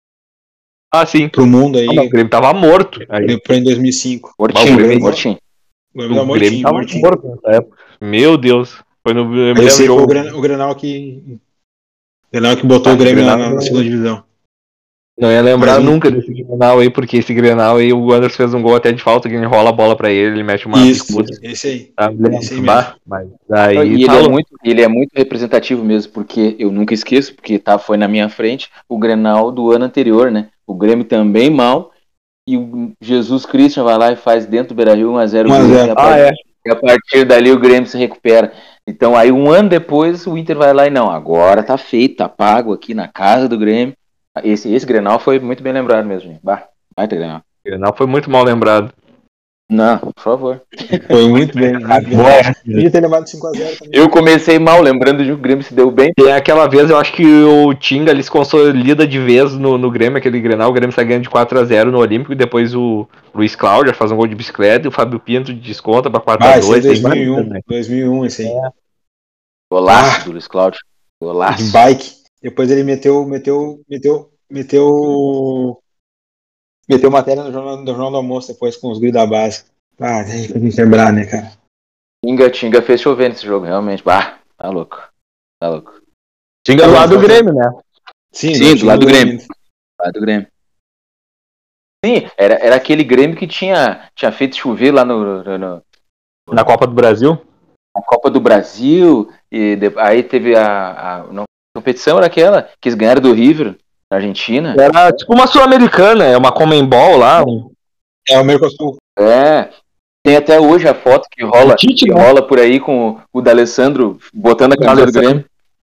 Ah, sim. pro mundo aí. Ah, não, o Grêmio tava morto. Aí, Ele foi em dois mil e cinco. Mortinho, o Grêmio- Mortinho. O Grêmio tá o Grêmio mortinho, tava mortinho. morto nessa época. Meu Deus. Foi no eu me lembro Esse do aí foi o jogo. Grenal, o Grenal que. O Grenal que botou Ah, o Grêmio na, Grenal- na segunda divisão. Não ia lembrar Mas um- nunca desse Grenal aí, porque esse Grenal aí, o Anderson fez um gol até de falta, que ele enrola a bola pra ele, ele mete uma Isso, bicuda. esse aí. Tá, me lembro, esse aí bah, mas daí E ele tá é, louco. muito, ele é muito representativo mesmo, porque eu nunca esqueço, porque tá, foi na minha frente o Grenal do ano anterior, né? O Grêmio também mal, e o Jesus Christian vai lá e faz dentro do Beira-Rio um a zero. um a zero. E a Ah, partir- é. e a partir dali o Grêmio se recupera. Então aí um ano depois o Inter vai lá e não, agora tá feito, tá pago aqui na casa do Grêmio. Esse, esse Grenal foi muito bem lembrado mesmo, gente. Bah, vai ter Grenal. O Grenal foi muito mal lembrado. Não, por favor. Foi muito bem. Muito bem. Boa. Podia ter levado cinco a zero também. Eu comecei mal, lembrando de que o Grêmio se deu bem. E aquela vez eu acho que o Tinga ele se consolida de vez no, no Grêmio, aquele Grenal, o Grêmio sai ganhando de quatro a zero no Olímpico, e depois o Luiz Cláudio faz um gol de bicicleta e o Fábio Pinto desconta pra quatro Ah, a esse é dois. dois mil e um. dois mil e um esse aí. É. Golaço Ah. do Luiz Cláudio. Golaço. De bike. Depois ele meteu, meteu, meteu, meteu, meteu matéria no jornal, no jornal do Almoço depois com os gris da base. Ah, tem que gente lembrar, né, cara? Tinga, Tinga fez chover nesse jogo, realmente. Bah, tá louco. Tá louco. Tinga do lado do Grêmio, né? Sim, Sim, do do lado do Grêmio. ainda. Lá do Grêmio. Sim, era, era aquele Grêmio que tinha, tinha feito chover lá no, no, no- Na Copa do Brasil. na Copa do Brasil. E de- aí teve a, a, não, a competição era aquela que eles ganharam do River, na Argentina. Era tipo uma Sul-Americana, é uma Comembol lá. Um... É o Mercosul. É. Tem até hoje a foto que rola, O Tite, que né? rola por aí com o D'Alessandro botando a camisa do Grêmio.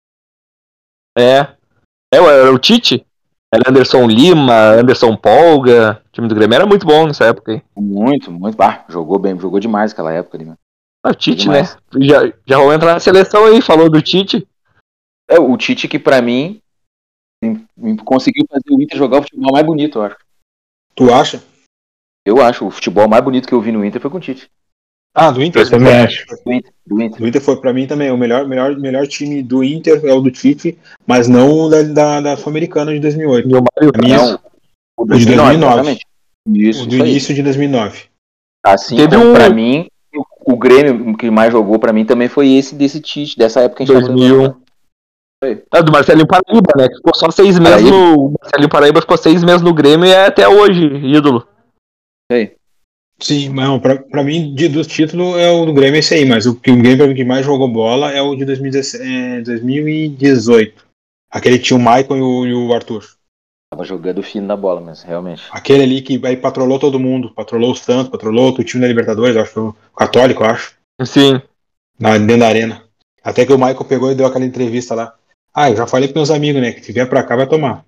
É. É, era o Tite. Era Anderson Lima, Anderson Polga. O time do Grêmio era muito bom nessa época aí. Muito, muito. Ah, jogou bem, jogou demais aquela época ali, mano. Ah, o Tite, Demais. né? Já, já vamos entrar na seleção aí, falou do Tite. É, o Tite que pra mim em- em- conseguiu fazer o Inter jogar o futebol mais bonito, eu acho. Tu acha? Eu acho, o futebol mais bonito que eu vi no Inter foi com o Tite. Ah, do Inter? Eu também acho. Do Inter, do Inter. Do Inter foi pra mim também. O melhor, melhor, melhor time do Inter é o do Tite, mas não o da, da, da Sul-Americana de dois mil e oito. E o Mário Pra mim, é Não, o de dois mil e nove. exatamente. Isso, O do isso aí. início de dois mil e nove. Assim Teve como um- pra mim, o, o Grêmio que mais jogou pra mim também foi esse desse Tite, dessa época que a gente dois mil e um. tá falando. Ah, do Marcelinho Paraíba, né? Que ficou só seis meses Paraíba. no. O Marcelinho Paraíba ficou seis meses no Grêmio e é até hoje ídolo. Isso aí. Sim, não, pra, pra mim, de, dos títulos é o do Grêmio esse aí, mas o que o Grêmio pra mim, que mais jogou bola é o de dois mil e dezesseis, é, dois mil e dezoito. Aquele que tinha o Maicon e o, e o Arthur. Tava jogando fino da bola mesmo, realmente. Aquele ali que aí patrolou todo mundo. Patrolou o Santos, patrolou o time da Libertadores, acho que foi o Católico, eu acho. Sim. Na, dentro da arena. Até que o Maicon pegou e deu aquela entrevista lá. Ah, eu já falei pros meus amigos, né? Que se vier pra cá vai tomar.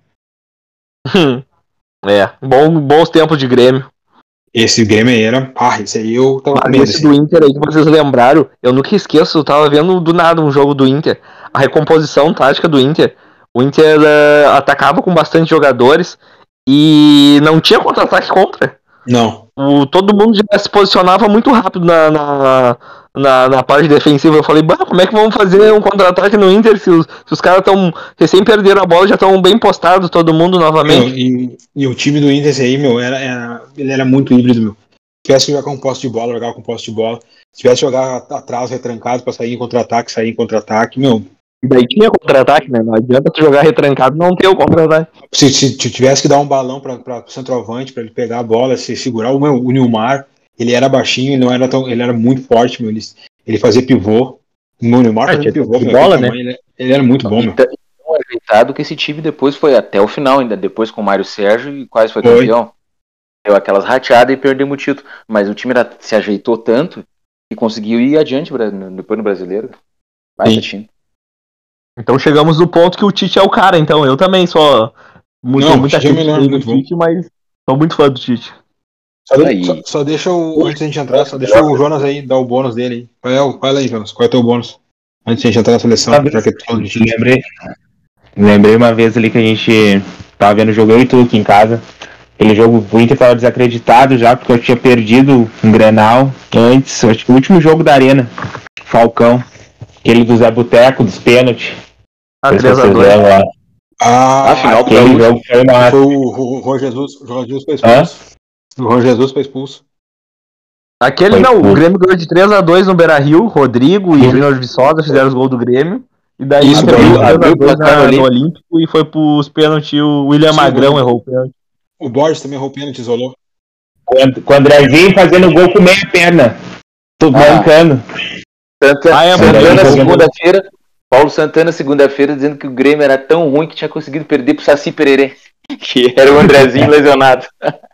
É. Bom, bons tempos de Grêmio. Esse Grêmio aí era. Ah, esse aí eu tava com Mas medo. esse Esse. do Inter aí que vocês lembraram, eu nunca esqueço, eu tava vendo do nada um jogo do Inter. A recomposição tática do Inter. O Inter eh, atacava com bastante jogadores e não tinha contra-ataque contra. Não. O, todo mundo já se posicionava muito rápido na, na, na, na parte defensiva. Eu falei, bah, como é que vamos fazer um contra-ataque no Inter se os, se os caras estão recém perderam a bola, já estão bem postados, todo mundo Meu, novamente. e, e o time do Inter esse aí, meu, era, era, ele era muito híbrido, meu. Se tivesse que jogar com posse de bola, jogava com posse de bola. Se tivesse que jogar atrás, retrancado, pra sair em contra-ataque, sair em contra-ataque, meu. Daí tinha contra-ataque, né? Não adianta tu jogar retrancado e não ter o contra-ataque. Se, se, se tivesse que dar um balão para o centroavante, para ele pegar a bola, se segurar o, meu, o Nilmar, ele era baixinho, ele não era tão, ele era muito forte, meu, ele, ele fazia pivô. O Nilmar Ah, fazia tinha pivô, de meu, bola, aquele né? tamanho, ele, ele era muito bom, E meu. tão ajeitado que esse time depois foi até o final, ainda depois com o Mário Sérgio e quase foi, Foi. campeão. Deu aquelas rateadas e perdemos o título. Mas o time era- se ajeitou tanto que conseguiu ir adiante bra- no- depois no brasileiro. Vai, Sim. time. Então chegamos no ponto que o Tite é o cara, então eu também sou muito, Não, muita o Tite é crítica melhor, aí do muito bom. Tite, mas sou muito fã do Tite. Só, Aí. só, só deixa o. Antes da gente entrar, só deixa o Jonas aí dar o bônus dele aí. Qual é o, fala aí, Jonas, qual é o teu bônus? Antes da gente entrar na seleção, Sabe- já que tu falou de Tite. Lembrei, lembrei uma vez ali que a gente tava vendo o jogo, eu e tu aqui em casa. Aquele jogo, o Inter tava desacreditado já, porque eu tinha perdido um Grenal antes, acho que o último jogo da Arena, Falcão. Aquele do Zé Boteco, dos pênaltis. A Não sei se vocês três a dois. lembram lá. Ah, Afinal, Aquele jogo foi massa. foi o, o, o Jorge Jesus, o Jorge Jesus foi expulso. O Jorge Jesus foi expulso. Aquele Foi não, o expulso. Grêmio ganhou de três a dois no Beira-Rio, Rodrigo e Sim. Júnior Viçosa fizeram os gols do Grêmio. E daí Isso, perdeu abriu- três a abriu o dois placar na- no no Olímpico e foi pros pênaltis. O William Sim, Magrão o- errou o pênalti. O Borges também errou pênalti, isolou. Com com o Andrezinho fazendo gol com meia perna. Tô Ah. mancando. Santana, Ah, é, Santana Santana, segunda-feira. Paulo Santana, segunda-feira, dizendo que o Grêmio era tão ruim que tinha conseguido perder pro Saci Pererê. Que era o Andrezinho lesionado.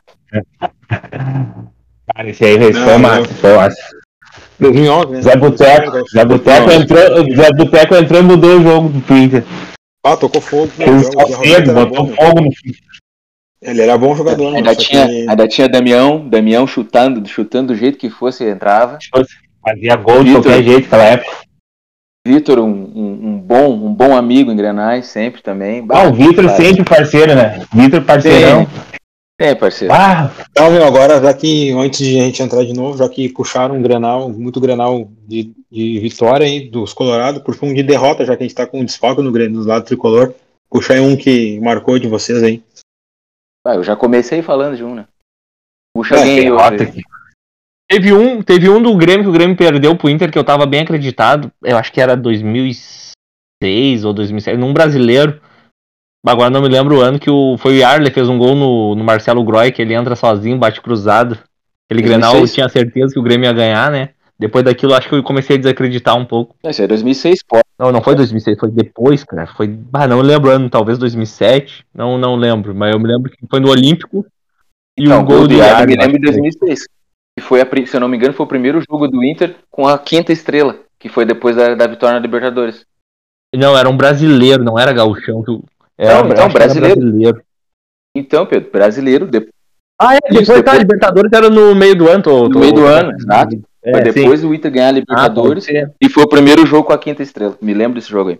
Cara, esse aí foi Não, massa. não. Foi massa. dois mil e nove, né? Zé Boteco, Zé Boteco entrou, Zé Boteco entrou e mudou o jogo do Inter. Ah, tocou fogo. Pô, Fez o só Zé cedo, Roberto era botou bom, meu. fogo no fim. Ele era bom jogador, né? Ainda Só tinha, que- ainda tinha Damião, Damião chutando, chutando do jeito que fosse, entrava. Fazia gol de Vitor. qualquer jeito naquela época. Vitor, um, um, um bom, um bom amigo em Grenais, sempre também. Ah, o Vitor Cara, sempre parceiro, né? Vitor parceirão. Tem, parceiro. Ah, Então, meu, agora, já que, antes de a gente entrar de novo, já que puxaram um Grenal, muito Grenal de, de vitória aí dos Colorado, puxa um de derrota, já que a gente tá com um desfalque no, Gren- no lado tricolor. Puxa aí um que marcou de vocês aí. Ah, eu já comecei falando de um, né? Puxa É, alguém aí, outro derrota aí. aqui. Teve um, teve um do Grêmio que o Grêmio perdeu pro Inter, que eu tava bem acreditado. Eu acho que era dois mil e seis ou dois mil e sete, num brasileiro. Agora não me lembro o ano que o, foi o Yarley, fez um gol no, no Marcelo Groy, que ele entra sozinho, bate cruzado. Aquele dois mil e Grenal eu seis? tinha certeza que o Grêmio ia ganhar, né? Depois daquilo acho que eu comecei a desacreditar um pouco. Não, isso é dois mil e seis, pô. Não, não foi dois mil e seis, foi depois, cara. Foi, ah, não lembro o ano, talvez dois mil e sete. Não, não lembro, mas eu me lembro que foi no Olímpico. E Então, o gol do Yarley Yarley. me lembro de acho que dois mil e seis. Que foi, a, pri- se eu não me engano, foi o primeiro jogo do Inter com a quinta estrela, que foi depois da, da vitória na Libertadores. foi. Não, era um brasileiro, não era gauchão. Que o- era, Não, então, acho que era brasileiro. brasileiro. Então, Pedro, brasileiro, de- Ah, é, Isso, depois, tá, depois- Libertadores era no meio do ano. Tô, no tô- meio do tô- ano, exato. É, Foi depois sim. do Inter ganhar a Ah, pode Libertadores ser. e foi o primeiro jogo com a quinta estrela. Me lembro desse jogo aí.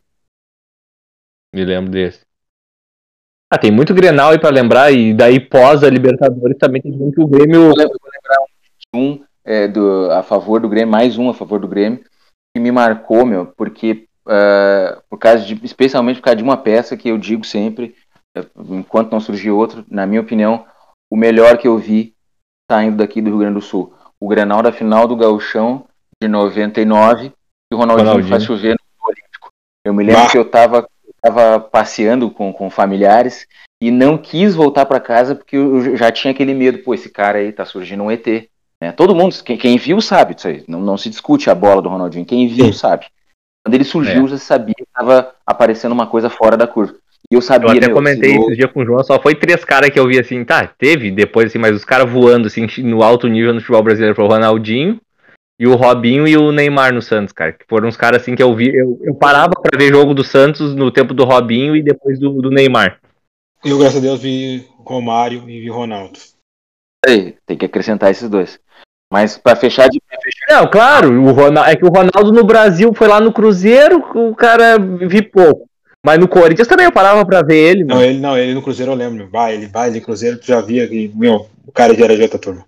Me lembro desse. Ah, tem muito Grenal aí pra lembrar, e daí pós a Libertadores também tem muito que o Grêmio. Eu vou lembrar um é, do, a favor do Grêmio, mais um a favor do Grêmio, que me marcou, meu, porque uh, por causa de, especialmente por causa de uma peça que eu digo sempre, enquanto não surgiu outro, na minha opinião, o melhor que eu vi saindo daqui do Rio Grande do Sul. O Grenal da final do Gauchão de noventa e nove, que o Ronaldinho, Ronaldinho. faz chover no Olímpico. Eu me lembro Bah. que eu tava, tava passeando com, com familiares e não quis voltar para casa porque eu já tinha aquele medo, pô, esse cara aí tá surgindo um E T. Né? Todo mundo, quem, quem viu sabe disso aí, não, não se discute a bola do Ronaldinho, quem viu Sim. sabe. Quando ele surgiu, É. já sabia que tava aparecendo uma coisa fora da curva. E eu sabia, Eu até meu, comentei esse esses dias com o João, só foi três caras que eu vi assim, tá, teve depois assim, mas os caras voando assim, no alto nível no futebol brasileiro foi o Ronaldinho e o Robinho e o Neymar no Santos, cara, que foram uns caras assim que eu vi, eu, eu parava pra ver jogo do Santos no tempo do Robinho e depois do, do Neymar. Eu, graças a Deus, vi Romário e vi Ronaldo. Aí, tem que acrescentar esses dois. Mas pra fechar de pra fechar, Não, claro, o Ronaldo, é que o Ronaldo no Brasil foi lá no Cruzeiro, o cara vi pouco. Mas no Corinthians também eu parava pra ver ele, Não, mano. ele não, ele no Cruzeiro eu lembro. Vai, ele vai de Cruzeiro, tu já via que, meu, o cara já era de outra turma.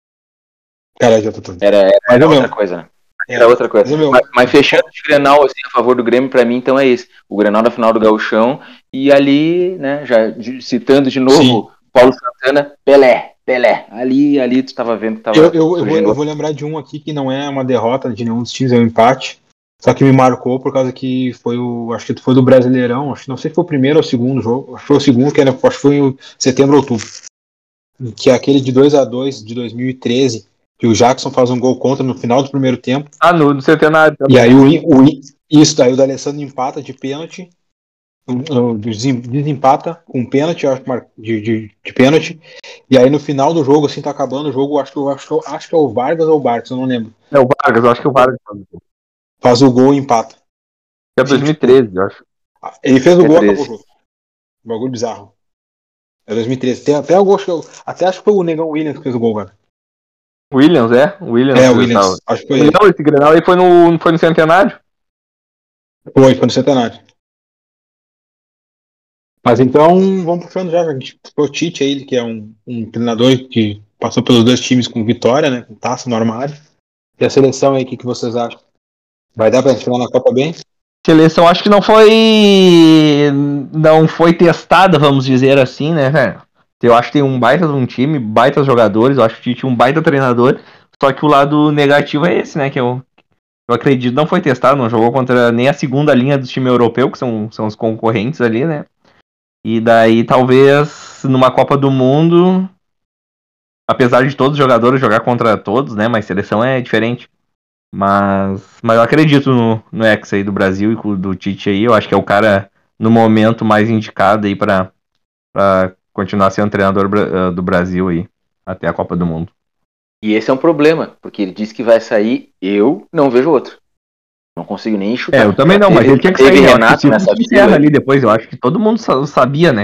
O cara era de outra turma. era, era, Mas, era ô, meu, outra coisa, né? é, Era outra coisa. mas, ô, meu, Mas, mas fechando de Grenal, assim, a favor do Grêmio, pra mim, então é esse. O Grenal da final do Gauchão. E ali, né, já de- citando de novo Sim. Paulo Santana, Pelé, Pelé. Ali, ali tu tava vendo que tava eu, eu, eu, vou, surgindo eu vou lembrar de um aqui que não é uma derrota de nenhum dos times, é um empate. Só que me marcou por causa que foi o. Acho que foi do Brasileirão. Acho que não sei se foi o primeiro ou o segundo jogo. Acho que foi o segundo, que era, acho que foi em setembro ou outubro. Que é aquele de dois a dois de dois mil e treze, que o Jackson faz um gol contra no final do primeiro tempo. Ah, no, no Centenário também. E aí o, o isso, daí o D'Alessandro empata de pênalti. o- o- desem- Desempata com pênalti, eu acho, mar- de, de, de pênalti. E aí no final do jogo, assim, tá acabando o jogo, acho que, eu- acho, que eu- acho que é o Vargas ou o Barcos, eu não lembro. É o Vargas, eu acho que o Vargas. Faz o gol e empata. É dois mil e treze, eu acho. Ele fez o É gol e treze. acabou o jogo. Bagulho bizarro. É dois mil e treze. Tem até o gol, acho que eu, até acho que foi o Negão Williams que fez o gol, cara. Williams, é? Williams. É, o Williams. Acho que foi ele. Não, esse Grenal aí foi no, foi no Centenário. Foi, foi no Centenário. Mas então, vamos puxando já. A gente foi o Tite aí, que é um, um treinador que passou pelos dois times com vitória, né? Com taça no armário. E a seleção aí, o que, que vocês acham? Vai dar pra gente chegar na Copa bem? Seleção acho que não foi. Não foi testada, vamos dizer assim, né, velho? Eu acho que tem um baita de um time, baita jogadores, eu acho que o Tite é um baita treinador. Só que o lado negativo é esse, né? Que eu, eu acredito não foi testado, não jogou contra nem a segunda linha do time europeu, que são, são os concorrentes ali, né? E daí talvez numa Copa do Mundo, apesar de todos os jogadores jogar contra todos, né? Mas seleção é diferente. Mas, mas eu acredito no, no Hexa aí do Brasil e com- do Tite aí. Eu acho que é o cara no momento mais indicado aí pra, pra continuar sendo treinador bra- do Brasil aí até a Copa do Mundo. E esse é um problema, porque ele disse que vai sair, eu não vejo outro. Não consigo nem chutar. É, eu também não, mas Teve- ele tinha que teve sair. Eu acho que Renato se nessa se fila encerra aí. ali depois, eu acho que todo mundo sa- sabia, né?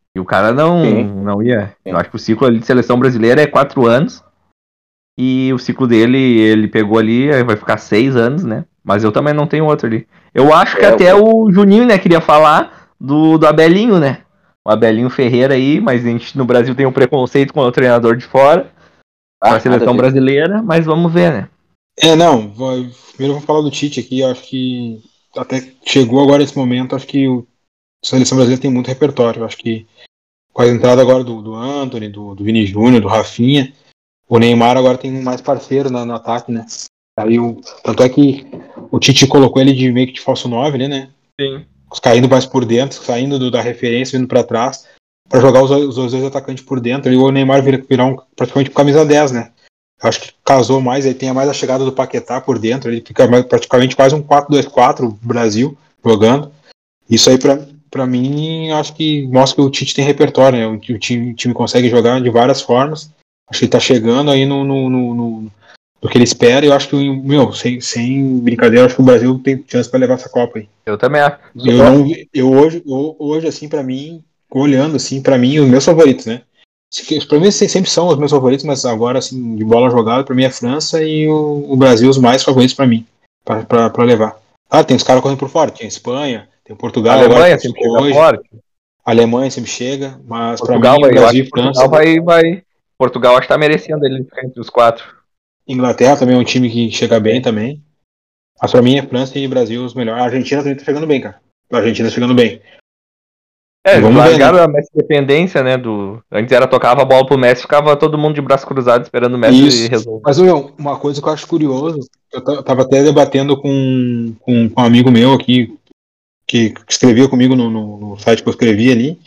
E o cara não, não ia. Eu acho que o ciclo ali de seleção brasileira é quatro anos. E o ciclo dele, ele pegou ali, vai ficar seis anos, né? Mas eu também não tenho outro ali. Eu acho que É, até o- o Juninho, né, queria falar do, do Abelinho, né? O Abelinho Ferreira aí, mas a gente no Brasil tem um preconceito com o treinador de fora, Ah, pra nada a seleção ver. brasileira, mas vamos ver, né? É, não, vou, primeiro eu vou falar do Tite aqui, eu acho que até chegou agora esse momento, acho que o, a seleção brasileira tem muito repertório, eu acho que com a entrada agora do, do Antony, do, do Vini Júnior, do Rafinha, o Neymar agora tem mais parceiro na- no ataque, né? Aí o, tanto é que o Tite colocou ele de meio que de falso nove, né, né? Sim. Caindo mais por dentro, saindo do- da referência, vindo para trás, para jogar os, os dois atacantes por dentro, e o Neymar vira, virar um, praticamente camisa dez, né? Eu acho que casou mais, aí tem mais a chegada do Paquetá por dentro, ele fica mais, praticamente quase um quatro dois quatro Brasil jogando. Isso aí pra, pra mim, acho que mostra que o Tite tem repertório, né? O, o time, o time consegue jogar de várias formas. Acho que ele tá chegando aí no, no, no, no, no que ele espera, e eu acho que, meu, sem, sem brincadeira, acho que o Brasil tem chance para levar essa Copa aí. Eu também acho. Eu não, eu hoje, eu, hoje assim, pra mim, olhando assim, pra mim, os meus favoritos, né? Pra mim sempre são os meus favoritos, mas agora, assim, de bola jogada, pra mim é França e o, o Brasil os mais favoritos pra mim, pra, pra, pra levar. Ah, tem os caras correndo por fora, tem a Espanha, tem Portugal, A Alemanha agora sempre chega hoje, forte. a Alemanha sempre chega, mas pra Portugal mim, vai, eu acho Brasil que e França. Portugal vai, vai. Portugal acho que tá merecendo ele ficar entre os quatro. Inglaterra também é um time que chega bem também. Mas pra mim é França e Brasil os melhores. A Argentina também tá chegando bem, cara. A Argentina tá chegando bem. É, eles Vamos ver, largaram né? a Messi dependência, né? Do... Antes era tocava a bola pro Messi, ficava todo mundo de braço cruzado esperando o Messi Isso. resolver. Mas, meu, uma coisa que eu acho curioso, eu ta- tava até debatendo com, com, com um amigo meu aqui, que escrevia comigo no, no, no site que eu escrevi ali,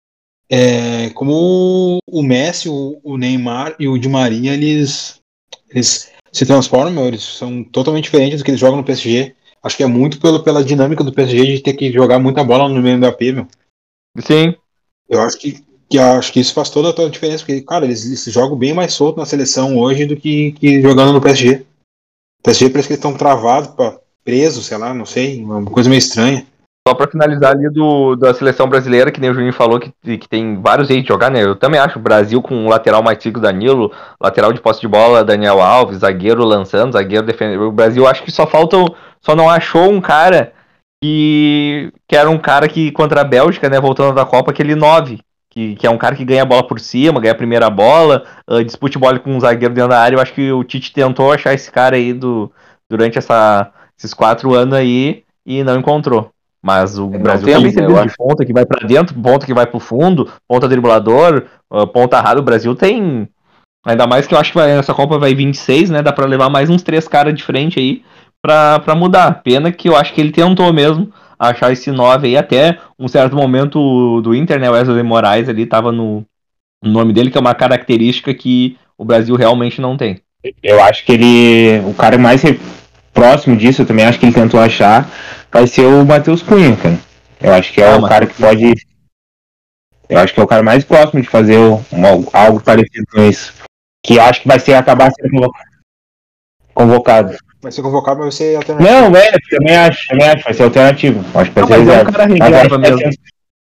é, como o Messi, o, o Neymar e o Di Maria, eles, eles se transformam, eles são totalmente diferentes do que eles jogam no P S G. Acho que é muito pelo, pela dinâmica do P S G de ter que jogar muita bola no meio do A P, meu. Sim. Eu acho que, que eu acho que isso faz toda a diferença, porque, cara, eles, eles jogam bem mais solto na seleção hoje do que, que jogando no P S G. O P S G parece que eles estão travados, pra- presos, sei lá, não sei, uma coisa meio estranha. Só pra finalizar ali do, da seleção brasileira, que nem o Juninho falou, que, que tem vários jeitos de jogar, né? Eu também acho o Brasil com o lateral mais tico Danilo, lateral de posse de bola Daniel Alves, zagueiro lançando, zagueiro defendendo. O Brasil acho que só falta, só não achou um cara que, que era um cara que contra a Bélgica, né, voltando da Copa, aquele nove, que, que é um cara que ganha a bola por cima, ganha a primeira bola, uh, disputa bola com um zagueiro dentro da área. Eu acho que o Tite tentou achar esse cara aí do, durante essa, esses quatro anos aí e não encontrou. Mas o Não Brasil temos, também né, tem eu de acho. ponta que vai pra dentro, ponta que vai pro fundo, ponta driblador, uh, ponta rara. O Brasil tem. Ainda mais que eu acho que vai, essa Copa vai vinte e seis, né? Dá pra levar mais uns três caras de frente aí pra, pra mudar. Pena que eu acho que ele tentou mesmo achar esse nove aí. Até um certo momento do Inter, né? O Wesley Moraes ali tava no, no nome dele, que é uma característica que o Brasil realmente não tem. Eu acho que ele. O cara mais re- próximo disso, eu também acho que ele tentou achar, vai ser o Matheus Cunha, cara. Eu acho que é Ah, o cara Matheus que pode. Eu acho que é o cara mais próximo de fazer uma- algo parecido com isso. Que eu acho que vai ser acabar sendo convo- convocado. Vai ser convocado, mas vai ser alternativo. Não, é, também acho, também acho, vai ser alternativo. Acho que vai Não, ser mas é um reserva. cara Mas eu reserva acho que vai mesmo. ser-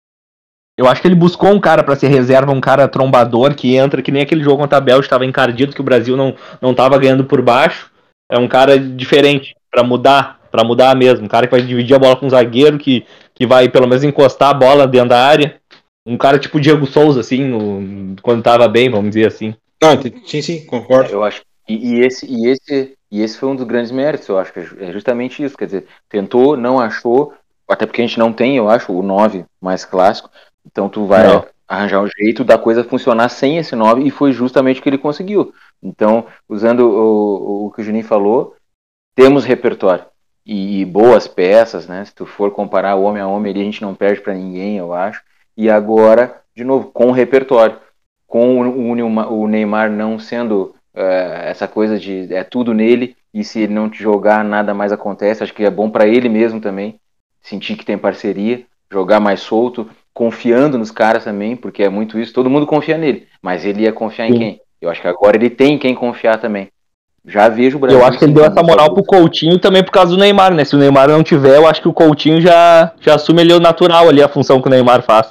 Eu acho que ele buscou um cara pra ser reserva, um cara trombador que entra, que nem aquele jogo contra a Bélgica estava encardido, que o Brasil não, não tava ganhando por baixo. É um cara diferente pra mudar, pra mudar mesmo. Um cara que vai dividir a bola com um zagueiro, que, que vai pelo menos encostar a bola dentro da área. Um cara tipo Diego Souza, assim, no, quando tava bem, vamos dizer assim. Não, ent- sim, sim, concordo. Eu acho. E, e esse, e, esse, e esse foi um dos grandes méritos, eu acho que é justamente isso. Quer dizer, tentou, não achou, até porque a gente não tem, eu acho, o nove mais clássico. Então tu vai Não. arranjar um jeito da coisa funcionar sem esse nove, e foi justamente o que ele conseguiu. Então, usando o, o que o Juninho falou, temos repertório e, e boas peças, né? Se tu for comparar homem a homem ali, a gente não perde para ninguém, eu acho. E agora, de novo, com o repertório, com o, o, o Neymar não sendo uh, essa coisa de é tudo nele, e se ele não te jogar, nada mais acontece. Acho que é bom para ele mesmo também, sentir que tem parceria, jogar mais solto, confiando nos caras também, porque é muito isso, todo mundo confia nele, mas ele ia confiar em Sim. quem? Eu acho que agora ele tem quem confiar também. Já vejo o Brasil. Eu acho que ele deu essa moral pro Coutinho também por causa do Neymar, né? Se o Neymar não tiver, eu acho que o Coutinho já, já assume ali o natural ali, a função que o Neymar faz.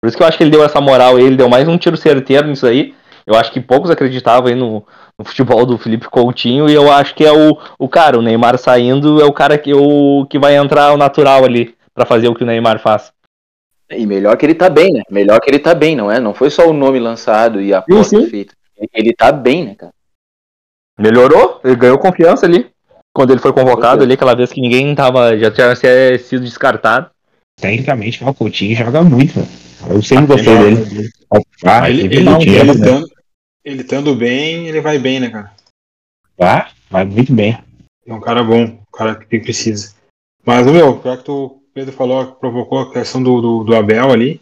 Por isso que eu acho que ele deu essa moral aí, ele deu mais um tiro certeiro nisso aí. Eu acho que poucos acreditavam aí no, no futebol do Felipe Coutinho, e eu acho que é o, o cara, o Neymar saindo é o cara que, o, que vai entrar o natural ali, pra fazer o que o Neymar faz. E melhor que ele tá bem, né? Melhor que ele tá bem, não é? Não foi só o nome lançado e a aposta feita. Ele tá bem, né, cara? Melhorou, ele ganhou confiança ali. Quando ele foi convocado ali, aquela vez que ninguém tava, já tinha sido descartado. Tecnicamente, o Coutinho joga muito, mano. Eu sempre Ah, gostei ele dele. Ah, ele, ele, ele, não, ele, né? tando, ele tando bem, ele vai bem, né, cara? Ah, vai muito bem. É um cara bom, um cara que precisa. Mas, meu, já que o Pedro falou, provocou a questão do, do, do Abel ali,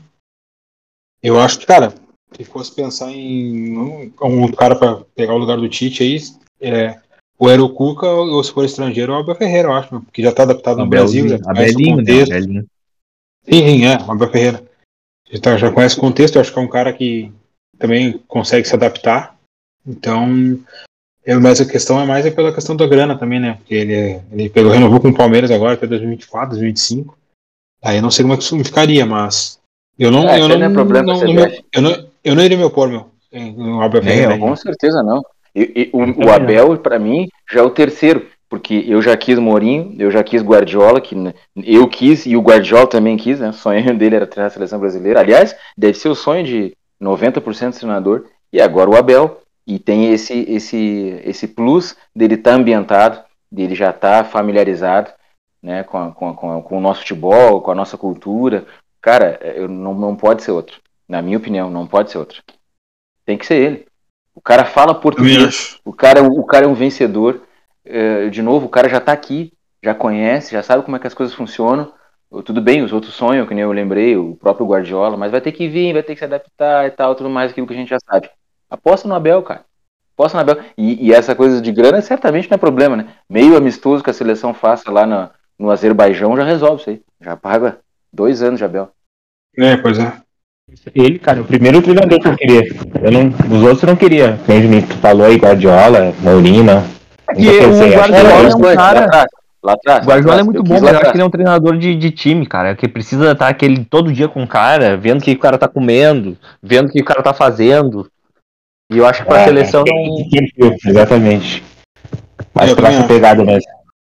eu acho que, cara, se fosse pensar em um, um cara para pegar o lugar do Tite aí, é, ou era o Cuca, ou se for estrangeiro, é o Abel Ferreira, eu acho, porque já tá adaptado no Brasil, já conhece o contexto. Né? Abelinho. Sim, sim, é, o Abel Ferreira. Já, tá, já conhece o contexto, eu acho que é um cara que também consegue se adaptar. Então, eu, mas a questão é mais é pela questão da grana também, né? Porque ele, ele pegou, renovou com o Palmeiras agora até dois mil e vinte e quatro, dois mil e vinte e cinco. Aí eu não sei como é que isso ficaria, mas eu não, É, eu até não, não é problema não, pra no C B F. meu, eu não, eu não iria me opor, meu, no Abel Nem Ferreira. eu. Com certeza não. E, e o, o Abel, pra mim, já é o terceiro, porque eu já quis Mourinho, eu já quis Guardiola, que eu quis e o Guardiola também quis, né? O sonho dele era treinar a seleção brasileira. Aliás, deve ser o sonho de noventa por cento do treinador. E agora o Abel. E tem esse, esse, esse plus dele estar tá ambientado, dele já estar tá familiarizado, né, com, a, com, a, com, a, com o nosso futebol, com a nossa cultura. Cara, eu, não, não pode ser outro. Na minha opinião, não pode ser outro. Tem que ser ele. O cara fala português, o cara, o cara é um vencedor. Uh, de novo, o cara já tá aqui, já conhece, já sabe como é que as coisas funcionam. Tudo bem, os outros sonham, que nem eu lembrei, o próprio Guardiola, mas vai ter que vir, vai ter que se adaptar e tal, tudo mais aquilo que a gente já sabe. Aposta no Abel, cara. Aposta no Abel. E, e essa coisa de grana certamente não é problema, né? Meio amistoso que a seleção faça lá no, no Azerbaijão já resolve isso aí. Já paga dois anos de Abel. É, pois é. Ele, cara, o primeiro treinador que eu queria. Eu não, os outros eu não queria. Como tu falou aí, Guardiola, Mourinho, não. É que o Guardiola é um cara... Lá atrás, lá atrás, o Guardiola lá é muito bom, mas eu acho que ele é um treinador de, de time, cara, que precisa estar aquele todo dia com o cara, vendo o que o cara tá comendo, vendo o que o cara tá fazendo. E eu acho que pra ah, seleção é, não... Exatamente. Mas eu pra essa pegada mesmo.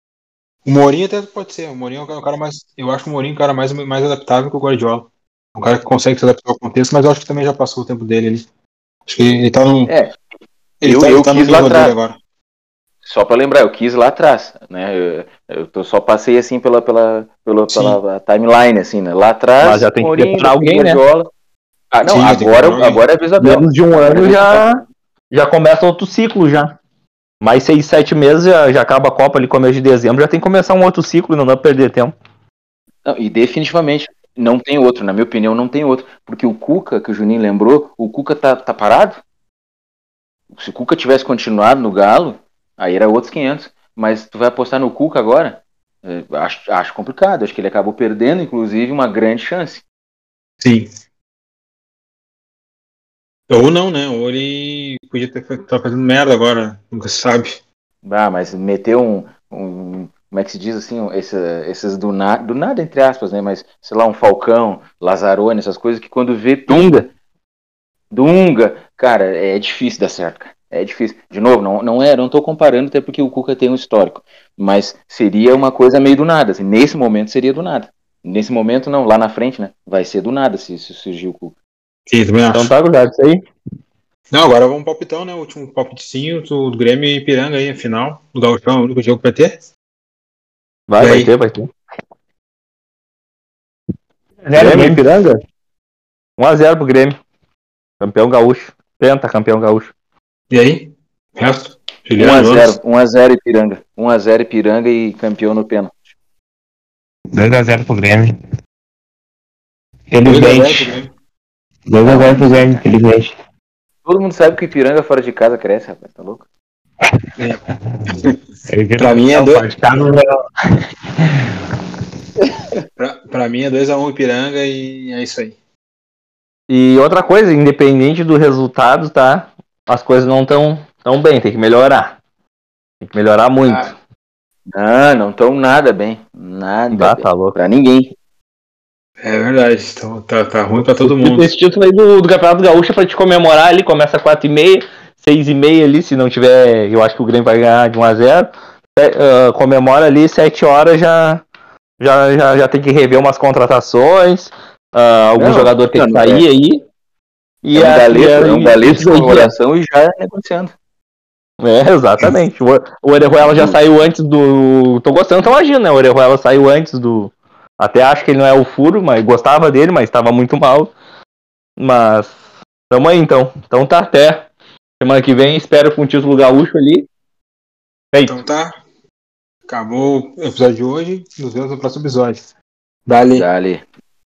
O Mourinho até pode ser. O Mourinho é um cara mais... Eu acho o Mourinho um cara mais, mais adaptável que o Guardiola. Um cara que consegue se adaptar ao contexto, mas eu acho que também já passou o tempo dele ali. Acho que ele tá no... É, ele eu, tá, eu ele tá no quis lá nível dele atrás. agora. Só para lembrar, eu quis lá atrás, né? Eu, eu tô, só passei assim pela, pela, pela, pela timeline, assim, né? Lá atrás, mas já tem que Mourinho, preparar alguém, Guardiola. Né? Ah, não, Sim, agora, agora é a vez da Abel. Menos de um ano já, já começa outro ciclo já. Mais seis, sete meses já, já acaba a Copa ali, começo de dezembro, já tem que começar um outro ciclo e não dá pra perder tempo. Não, e definitivamente não tem outro, na minha opinião, não tem outro. Porque o Cuca, que o Juninho lembrou, o Cuca tá, tá parado? Se o Cuca tivesse continuado no Galo, aí era outros quinhentos. Mas tu vai apostar no Cuca agora? É, acho, acho complicado. Acho que ele acabou perdendo, inclusive, uma grande chance. Sim. Ou não, né? Ou ele podia ter tá fazendo merda agora, nunca se sabe. Ah, mas meteu um, um como é que se diz assim, esse, esses do, na, do nada, entre aspas, né? Mas, sei lá, um Falcão, Lazzaroni, essas coisas que quando vê Dunga, Dunga, cara, é difícil dar certo, cara. É difícil. De novo, não, não é, não tô comparando, até porque o Cuca tem um histórico. Mas seria uma coisa meio do nada. Assim, nesse momento seria do nada. Nesse momento, não, lá na frente, né? Vai ser do nada se, se surgir o Cuca. Sim, também acho. Então tá, guardado isso aí. Não, agora vamos palpitão, né? O último palpitinho do Grêmio e Ipiranga aí, a final. Do Gauchão, o único jogo que vai ter. Vai, E vai aí? ter, vai ter. Grêmio, Grêmio, Ipiranga? um a zero pro Grêmio. Campeão gaúcho. Penta, campeão gaúcho. E aí? Resto? um a zero, um a zero Ipiranga. um a zero Ipiranga e campeão no pênalti. dois a zero pro Grêmio. Felizmente. dois a zero pro Grêmio, felizmente. Todo mundo sabe que o Ipiranga fora de casa cresce, rapaz. Tá louco? É. Pra mim é dois. pra, pra mim é dois a um Ipiranga e é isso aí. E outra coisa, independente do resultado, tá? As coisas não estão tão bem, tem que melhorar. Tem que melhorar muito. Ah, ah não estão nada bem. Nada Bah, bem. tá louco. Pra ninguém. É verdade, então tá, tá ruim pra todo mundo. Esse título aí do, do Campeonato Gaúcho é pra te comemorar ali, começa quatro e meia, seis e meia ali, se não tiver, eu acho que o Grêmio vai ganhar de um a zero. Uh, comemora ali, sete horas já, já, já, já tem que rever umas contratações, uh, algum Não, jogador tem que não, sair é. aí. E É um a- galeto, e a- é um e- galeto de e- comemoração e já é negociando. É, exatamente. O, o Orejuela já saiu antes do. Tô gostando, tô agindo, né? O Orejuela saiu antes do. Até acho que ele não é o furo, mas gostava dele, mas estava muito mal. Mas. Tamo aí então. Então tá até. Semana que vem, espero com o título gaúcho ali. Feito. Então tá. Acabou o episódio de hoje. Nos vemos no próximo episódio. Dali. Dali.